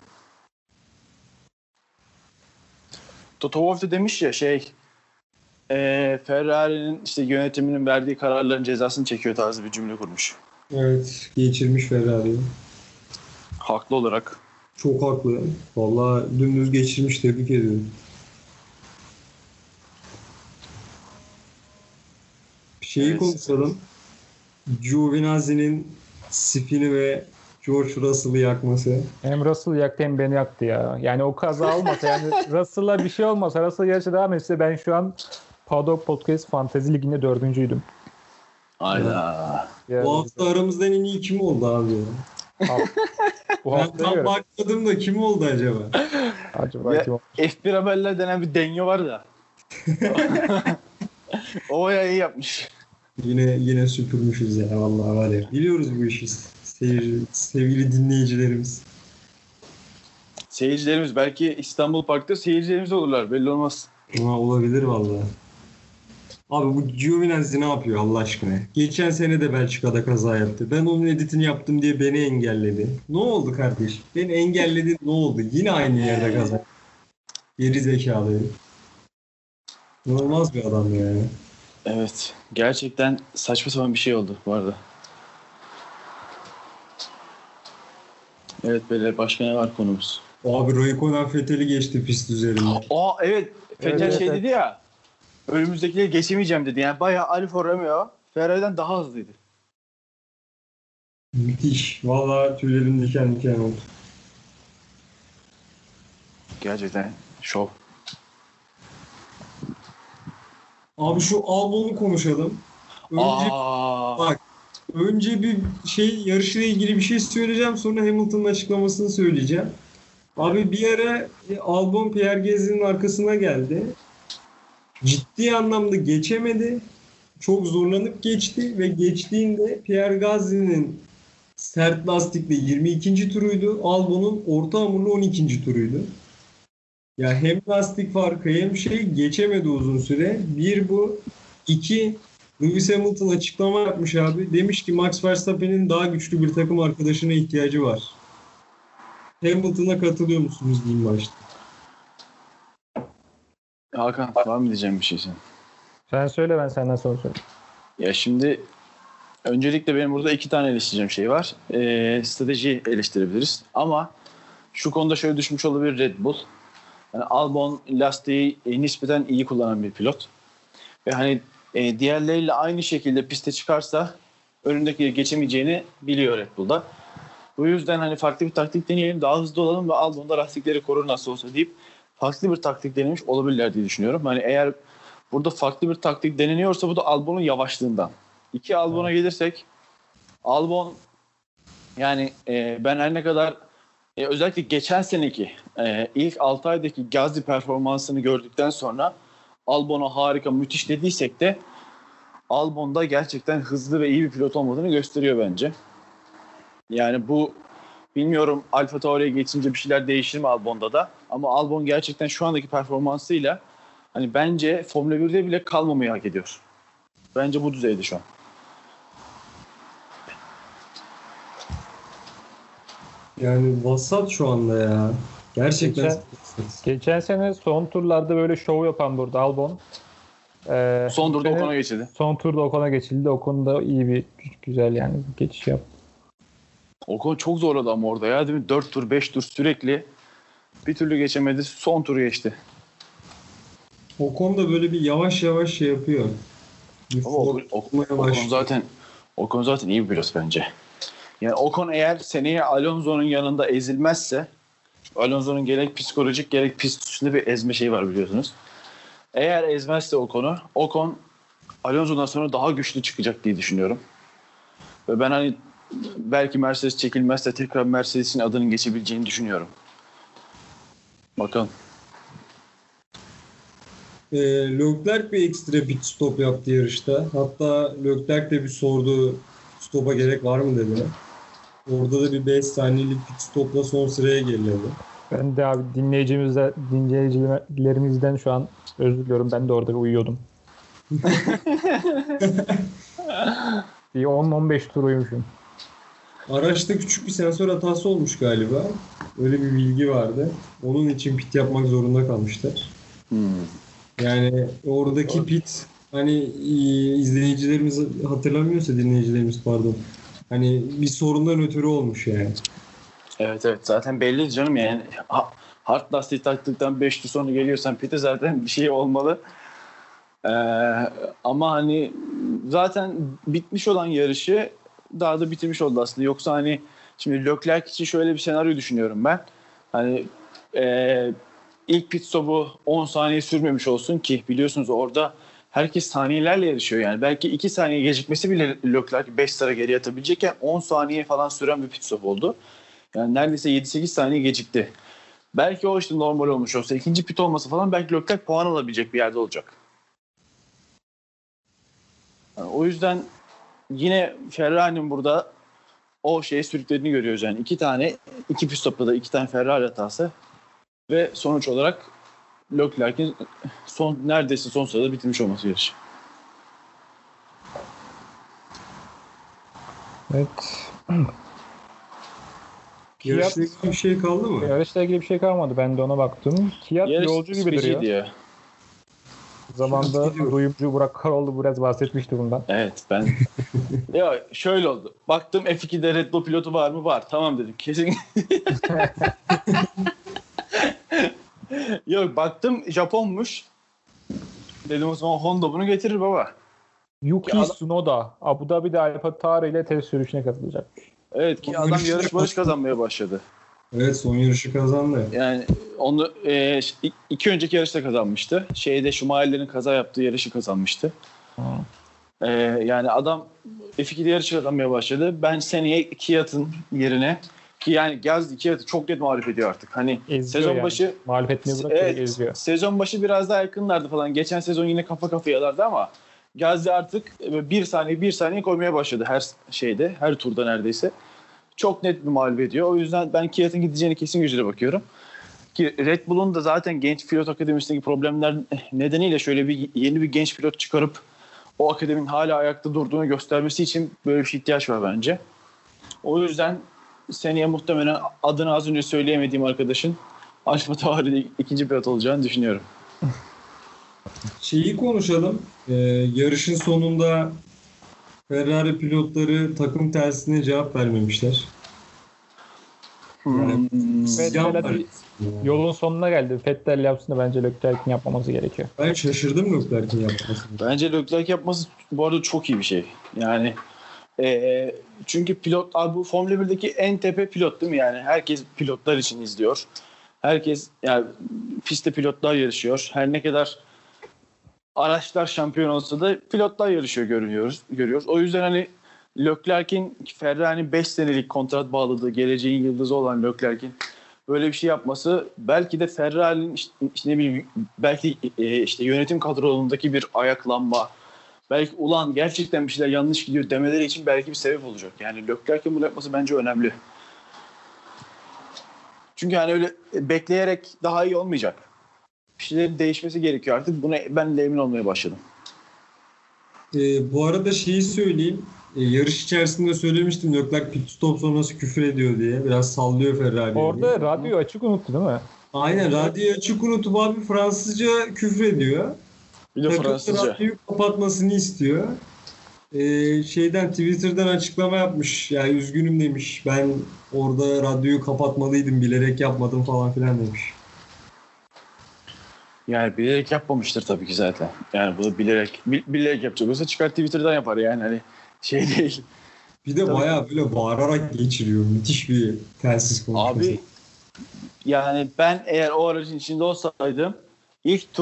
Speaker 6: Toto Wolff de demiş ya Ferrari'nin işte yönetiminin verdiği kararların cezasını çekiyor tarzı bir cümle kurmuş.
Speaker 5: Evet, geçirmiş Ferrari'yi.
Speaker 6: Haklı olarak.
Speaker 5: Çok haklı. Vallahi dümdüz geçirmiş, tebrik ediyorum. Şeyi
Speaker 6: Evet.
Speaker 5: konuşalım. Giovinazzi'nin spini ve George Russell'ı yakması.
Speaker 4: Hem Russell yaktı hem beni yaktı ya. Yani o kaza olmasa yani Russell'a bir şey olmasa Russell yarışa devam etse ben şu an Paddock Podcast Fantezi Ligi'nde 4.'üydüm.
Speaker 6: Ayda.
Speaker 4: Yani,
Speaker 5: Bu hafta aramızdan en iyi kim oldu abi ya?
Speaker 4: bu
Speaker 5: Ben
Speaker 4: hafta
Speaker 5: tam bakmadım da kim oldu acaba?
Speaker 4: acaba
Speaker 6: Ve
Speaker 4: kim oldu?
Speaker 6: F1 haberler denen bir denge var da. O ya iyi yapmış.
Speaker 5: Yine süpürmüşüz ya vallahi var ya. Biliyoruz bu işi. Sevgili dinleyicilerimiz.
Speaker 6: Seyircilerimiz belki İstanbul Park'ta seyircilerimiz olurlar. Belli olmaz.
Speaker 5: Ama olabilir vallahi. Abi bu Giovinazzi ne yapıyor Allah aşkına? Geçen sene de Belçika'da kaza yaptı. Ben onun editini yaptım diye beni engelledi. Ne oldu kardeş? Beni engelledin ne oldu? Yine aynı yerde kaza. Geri zekalı herif. İnanılmaz bir adam yani.
Speaker 6: Evet. Gerçekten saçma sapan bir şey oldu bu arada. Evet beyler, başka ne var konumuz?
Speaker 5: Abi Raikkonen Vettel'i geçti pist üzerinde.
Speaker 6: Evet. Vettel
Speaker 4: Evet,
Speaker 6: şey
Speaker 4: evet.
Speaker 6: dedi ya. Önümüzdekileri geçemeyeceğim dedi. Yani bayağı Alfa Romeo Ferrari'den daha hızlıydı.
Speaker 5: Müthiş. Vallahi tüylerim diken diken oldu.
Speaker 6: Gerçekten şov.
Speaker 5: Abi şu Albon'u konuşalım.
Speaker 6: Aa,
Speaker 5: Önce bir yarışla ilgili bir şey söyleyeceğim. Sonra Hamilton'ın açıklamasını söyleyeceğim. Abi bir ara Albon Pierre Gasly'nin arkasına geldi. Ciddi anlamda geçemedi. Çok zorlanıp geçti ve geçtiğinde Pierre Gasly'nin sert lastikle 22. turuydu. Albon'un orta hamurlu 12. turuydu. Ya hem lastik farkı hem geçemedi uzun süre. Bir bu. İki, Lewis Hamilton açıklama yapmış abi. Demiş ki Max Verstappen'in daha güçlü bir takım arkadaşına ihtiyacı var. Hamilton'a katılıyor musunuz diyeyim başta.
Speaker 6: Hakan var mı diyeceğim bir şey sen?
Speaker 4: Sen söyle, ben senden sonra söyleyeyim.
Speaker 6: Ya şimdi öncelikle benim burada 2 tane eleştireceğim şey var. Strateji eleştirebiliriz. Ama şu konuda şöyle düşmüş olabilir Red Bull. Yani Albon lastiği nispeten iyi kullanan bir pilot. Ve hani diğerleriyle aynı şekilde piste çıkarsa önündekileri geçemeyeceğini biliyor Red Bull'da. Bu yüzden hani farklı bir taktik deneyelim, daha hızlı olalım ve Albon'da lastikleri korur nasıl olsa deyip farklı bir taktik denemiş olabilirler diye düşünüyorum. Hani eğer burada farklı bir taktik deneniyorsa bu da Albon'un yavaşlığından. 2 Albon'a gelirsek, Albon yani ben her ne kadar özellikle geçen seneki ilk 6 aydaki Gasly performansını gördükten sonra Albon'a harika, müthiş dediysek de Albon'da gerçekten hızlı ve iyi bir pilot olmadığını gösteriyor bence. Yani bu, bilmiyorum Alfa Tauri'ye geçince bir şeyler değişir mi Albon'da da, ama Albon gerçekten şu andaki performansıyla hani bence Formula 1'de bile kalmamayı hak ediyor. Bence bu düzeyde şu an.
Speaker 5: Yani vasat şu anda ya. Gerçekten vasat.
Speaker 4: Geçen sene son turlarda böyle şov yapan burada Albon.
Speaker 6: Son turda
Speaker 4: sene
Speaker 6: Ocon'a geçildi.
Speaker 4: Son turda Ocon'a geçildi. Ocon da iyi bir, güzel yani geçiş yaptı.
Speaker 6: Ocon çok zorladı ama orada ya, değil mi? 4 tur 5 tur sürekli bir türlü geçemedi. Son turu geçti.
Speaker 5: Ocon da böyle bir yavaş yavaş yapıyor.
Speaker 6: Ama Ocon zaten iyi bir pilot bence. Yani Ocon eğer seneye Alonso'nun yanında ezilmezse, Alonso'nun gerek psikolojik gerek pist üstünde bir ezme şeyi var biliyorsunuz. Eğer ezmezse Ocon Alonso'dan sonra daha güçlü çıkacak diye düşünüyorum. Ve ben hani belki Mercedes çekilmezse tekrar Mercedes'in adının geçebileceğini düşünüyorum. Bakalım.
Speaker 5: Leclerc bir ekstra pit stop yaptı yarışta. Hatta Leclerc de bir sordu, stopa gerek var mı dedi. Orada da bir 5 saniyelik pit stopla son sıraya geriledi.
Speaker 4: Ben de abi dinleyicilerimizden şu an özür diliyorum. Ben de orada uyuyordum. Bir 10-15 tur uyumuşum.
Speaker 5: Araçta küçük bir sensör hatası olmuş galiba. Öyle bir bilgi vardı. Onun için pit yapmak zorunda kalmışlar. Yani oradaki pit, hani izleyicilerimiz hatırlamıyorsa, dinleyicilerimiz pardon. Hani bir sorundan ötürü olmuş yani.
Speaker 6: Evet zaten belli canım yani. Hard lastiği taktıktan 5 tur sonra geliyorsan pit'e zaten bir şey olmalı. Ama hani zaten bitmiş olan yarışı daha da bitirmiş oldu aslında. Yoksa hani şimdi Leclerc için şöyle bir senaryo düşünüyorum ben. Hani ilk pit stopu 10 saniye sürmemiş olsun ki biliyorsunuz orada herkes saniyelerle yarışıyor yani. Belki 2 saniye gecikmesi bile Leclerc 5 sıra geriye atabilecekken 10 saniye falan süren bir pit stop oldu. Yani neredeyse 7-8 saniye gecikti. Belki o işte normal olmuş olsa, ikinci pit olmasa falan belki Leclerc puan alabilecek bir yerde olacak. Yani o yüzden yine Ferrari'nin burada o şeyi sürüklediğini görüyoruz. Yani iki pit stopta da 2 tane Ferrari hatası ve sonuç olarak Leclerc'in neredeyse son sırada bitirmiş olması yarışı.
Speaker 4: Evet.
Speaker 5: Yarışla ilgili bir şey kaldı mı?
Speaker 4: Yarışla ilgili bir şey kalmadı. Ben de ona baktım. Kiat
Speaker 6: Yarış
Speaker 4: yolcu gibi duruyor.
Speaker 6: Ya.
Speaker 4: Zamanında duyumcu Burak Karoğlu biraz bahsetmişti bundan.
Speaker 6: Evet ben ya şöyle oldu. Baktım F2'de Red Bull pilotu var mı? Var. Tamam dedim. Kesin. Yok baktım Japonmuş. Dedim o zaman Honda bunu getirir baba.
Speaker 4: Yuki Tsunoda Abu Dhabi'de AlphaTauri ile test sürüşüne katılacak.
Speaker 6: Evet ki adam yarış kazanmaya başladı.
Speaker 5: Evet, son yarışı kazandı.
Speaker 6: Yani onu iki önceki yarışta kazanmıştı. Schumacher'lerin kaza yaptığı yarışı kazanmıştı. Yani adam F2'de yarışı kazanmaya başladı. Ben seneye Kiat'ın yerine ki yani Gasly Kiat'ı çok net mağlup ediyor artık. Hani
Speaker 4: Eziyor
Speaker 6: sezon
Speaker 4: yani.
Speaker 6: başı
Speaker 4: Mağlup etmeyi bırak, eziyor.
Speaker 6: Sezon başı biraz daha yakınlardı falan. Geçen sezon yine kafa kafayalardı ama Gasly artık bir saniye koymaya başladı her turda neredeyse. Çok net bir mağlup ediyor. O yüzden ben Kiat'ın gideceğini kesin gücüyle bakıyorum. Ki Red Bull'un da zaten genç pilot akademisindeki problemler nedeniyle şöyle yeni bir genç pilot çıkarıp o akademinin hala ayakta durduğunu göstermesi için böyle bir şey ihtiyaç var bence. O yüzden seneye muhtemelen adını az önce söyleyemediğim arkadaşın AlphaTauri'de ikinci pilot olacağını düşünüyorum.
Speaker 5: Şeyi konuşalım. Yarışın sonunda Ferrari pilotları takım telsizine cevap vermemişler. Yani,
Speaker 4: Vettel yolun sonuna geldi. Vettel yapsın da bence Leclerc'in yapmaması gerekiyor.
Speaker 5: Ben şaşırdım Leclerc'in yapmasını.
Speaker 6: Bence Leclerc yapması bu arada çok iyi bir şey. Yani çünkü pilot abi bu Formula 1'deki en tepe pilot değil mi? Yani herkes pilotlar için izliyor. Herkes yani pistte pilotlar yarışıyor. Her ne kadar araçlar şampiyon olsa da pilotlar yarışıyor görüyoruz. O yüzden hani Leclerc'in Ferrari'nin 5 senelik kontrat bağladığı geleceğin yıldızı olan Leclerc'in böyle bir şey yapması belki de Ferrari'nin işte ne bileyim belki işte yönetim kadrolarındaki bir ayaklanma, belki ulan gerçekten bir şeyler yanlış gidiyor demeleri için belki bir sebep olacak. Yani Leclerc'in bunu yapması bence önemli. Çünkü hani öyle bekleyerek daha iyi olmayacak. Bir şeylerin değişmesi gerekiyor artık. Buna ben de emin olmaya başladım.
Speaker 5: Bu arada şeyi söyleyeyim. Yarış içerisinde söylemiştim Leclerc pit stop sonrası küfür ediyor diye. Biraz sallıyor Ferrari'yi.
Speaker 4: Orada radyoyu açık unuttu değil mi?
Speaker 5: Aynen, radyoyu açık unutup abi Fransızca küfür ediyor.
Speaker 6: Bir de Fransızca.
Speaker 5: Radyoyu kapatmasını istiyor. Twitter'dan açıklama yapmış. Yani üzgünüm demiş. Ben orada radyoyu kapatmalıydım. Bilerek yapmadım falan filan demiş.
Speaker 6: Yani bilerek yapmamıştır tabii ki zaten. Yani bunu bilerek yapacak olsa çıkar Twitter'dan yapar yani hani değil.
Speaker 5: Bir de
Speaker 6: tabii.
Speaker 5: Bayağı böyle bağırarak geçiriyor. Müthiş bir telsiz konuşması.
Speaker 6: Abi yani ben eğer o aracın içinde olsaydım ilk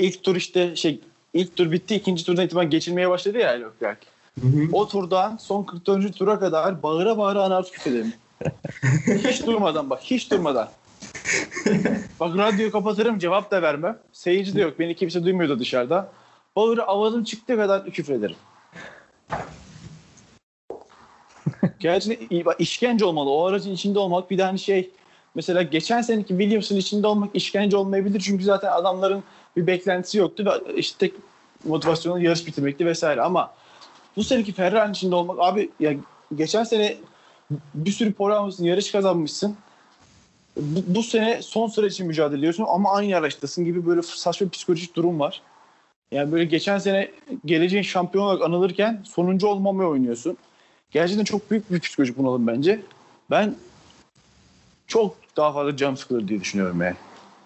Speaker 6: tur bitti, ikinci turdan itibaren geçilmeye başladı ya Leclerc. O turdan son 44. tura kadar bağıra bağıra anons küfrederim. Hiç durmadan. Bak radyoyu kapatırım, cevap da vermem. Seyirci de yok, beni kimse duymuyordu dışarıda. Bağıra avazım çıktığı kadar küfrederim. Gerçekten işkence olmalı. O aracın içinde olmak bir de hani mesela geçen seneki Williams'ın içinde olmak işkence olmayabilir. Çünkü zaten adamların bir beklentisi yoktu ve işte tek motivasyonu yarış bitirmekti vesaire. Ama bu seneki Ferrari'nin içinde olmak abi ya geçen sene bir sürü pole almışsın, yarış kazanmışsın. Bu sene son sıra için mücadele ediyorsun ama aynı araçtasın gibi böyle saçma bir psikolojik durum var. Yani böyle geçen sene geleceğin şampiyon olarak anılırken sonuncu olmamaya oynuyorsun. Gerçekten çok büyük bir psikolojik bunalım bence. Ben çok daha fazla canım sıkılır diye düşünüyorum yani.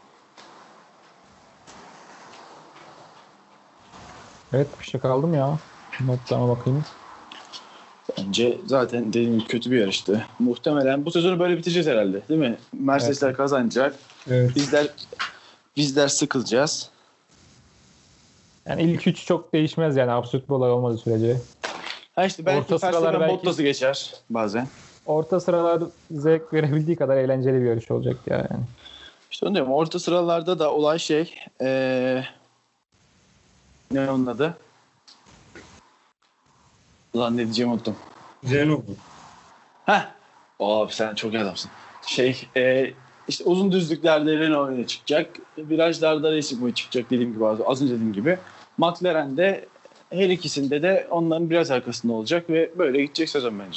Speaker 4: Evet, bir şey kaldım ya. Notlarıma bakayım.
Speaker 6: Bence zaten dediğim gibi kötü bir yarıştı. Muhtemelen bu sezonu böyle bitireceğiz herhalde, değil mi? Mercedesler kazanacak.
Speaker 5: Evet.
Speaker 6: Bizler sıkılacağız.
Speaker 4: Yani ilk üç çok değişmez yani absürt bir olay olmadığı sürece.
Speaker 6: İşte belki
Speaker 4: Orta sıralar
Speaker 6: Verstappen
Speaker 4: belki-
Speaker 6: Bottas'ı geçer bazen.
Speaker 4: Orta sıralar zevk verebildiği kadar eğlenceli bir yarış olacak yani.
Speaker 6: İşte onu diyorum. Orta sıralarda da olay ne onun adı? Ulan ne diyeceğimi unuttum.
Speaker 5: Renault.
Speaker 6: Sen çok iyi adamsın. İşte uzun düzlüklerde Renault öne çıkacak. Virajlarda Racing Point çıkacak dediğim gibi az önce dediğim gibi. McLaren de her ikisinde de onların biraz arkasında olacak ve böyle gidecek sezon bence.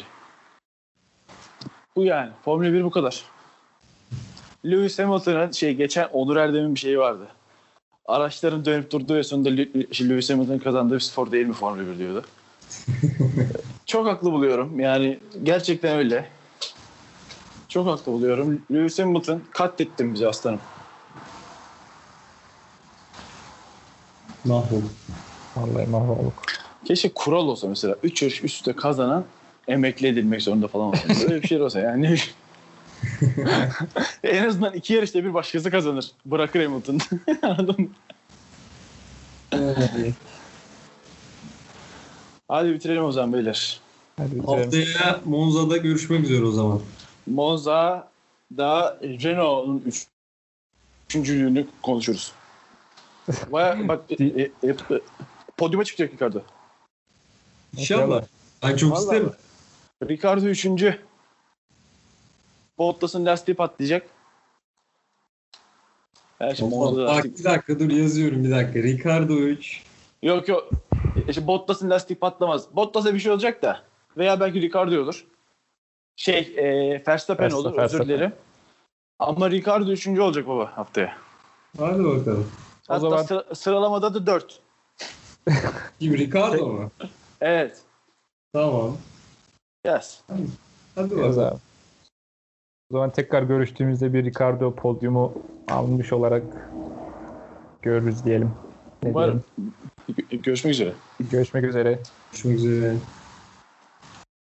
Speaker 6: Bu yani. Formula 1 bu kadar. Lewis Hamilton'ın geçen Onur Erdem'in bir şeyi vardı. araçların dönüp durduğu ve sonunda Lewis Hamilton'ın kazandığı bir spor değil mi Formula 1 diyordu. Çok haklı buluyorum. Yani gerçekten öyle. Çok haklı buluyorum. Lewis Hamilton katlettin bizi aslanım.
Speaker 5: Mahvolduk.
Speaker 4: Vallahi mahvolduk.
Speaker 6: Keşke kural olsa mesela. 3 yarış üst üste kazanan emekli edilmek zorunda falan olsa. Böyle bir şey olsa yani. En azından 2 yarışta bir başkası kazanır. Bırakır Hamilton. Anladın mı? Hadi bitirelim o zaman beyler.
Speaker 4: Hadi bitirelim.
Speaker 5: Haftaya Monza'da görüşmek üzere o zaman.
Speaker 6: Monza'da Renault'un üçüncülüğünü konuşuruz. Bak podyuma çıkacak Ricardo.
Speaker 5: İnşallah. Ben çok
Speaker 6: Vallahi
Speaker 5: isterim.
Speaker 6: Ricardo 3. Bottas'ın lastiği patlayacak. Her şey Monza'da
Speaker 5: Bak
Speaker 6: lastik.
Speaker 5: bir dakika dur yazıyorum bir dakika. Ricardo 3.
Speaker 6: Yok. İşte Bottas'ın lastiği patlamaz. Bottas'a bir şey olacak da. Veya belki Ricardo olur. Verstappen olur. Özür dilerim. Ama Ricardo 3. olacak baba haftaya.
Speaker 5: Hadi bakalım.
Speaker 6: Hatta
Speaker 4: zaman...
Speaker 6: sıralamada da 4.
Speaker 5: Kim Ricardo mu?
Speaker 6: Evet.
Speaker 5: Tamam.
Speaker 6: Yes.
Speaker 5: Hadi
Speaker 4: Yaz
Speaker 5: bakalım.
Speaker 4: abi. O zaman tekrar görüştüğümüzde bir Ricardo podyumu almış olarak görürüz diyelim. Ne
Speaker 6: Umarım.
Speaker 4: diyelim?
Speaker 6: Görüşmek üzere.
Speaker 4: Görüşmek üzere.
Speaker 5: Görüşmek üzere.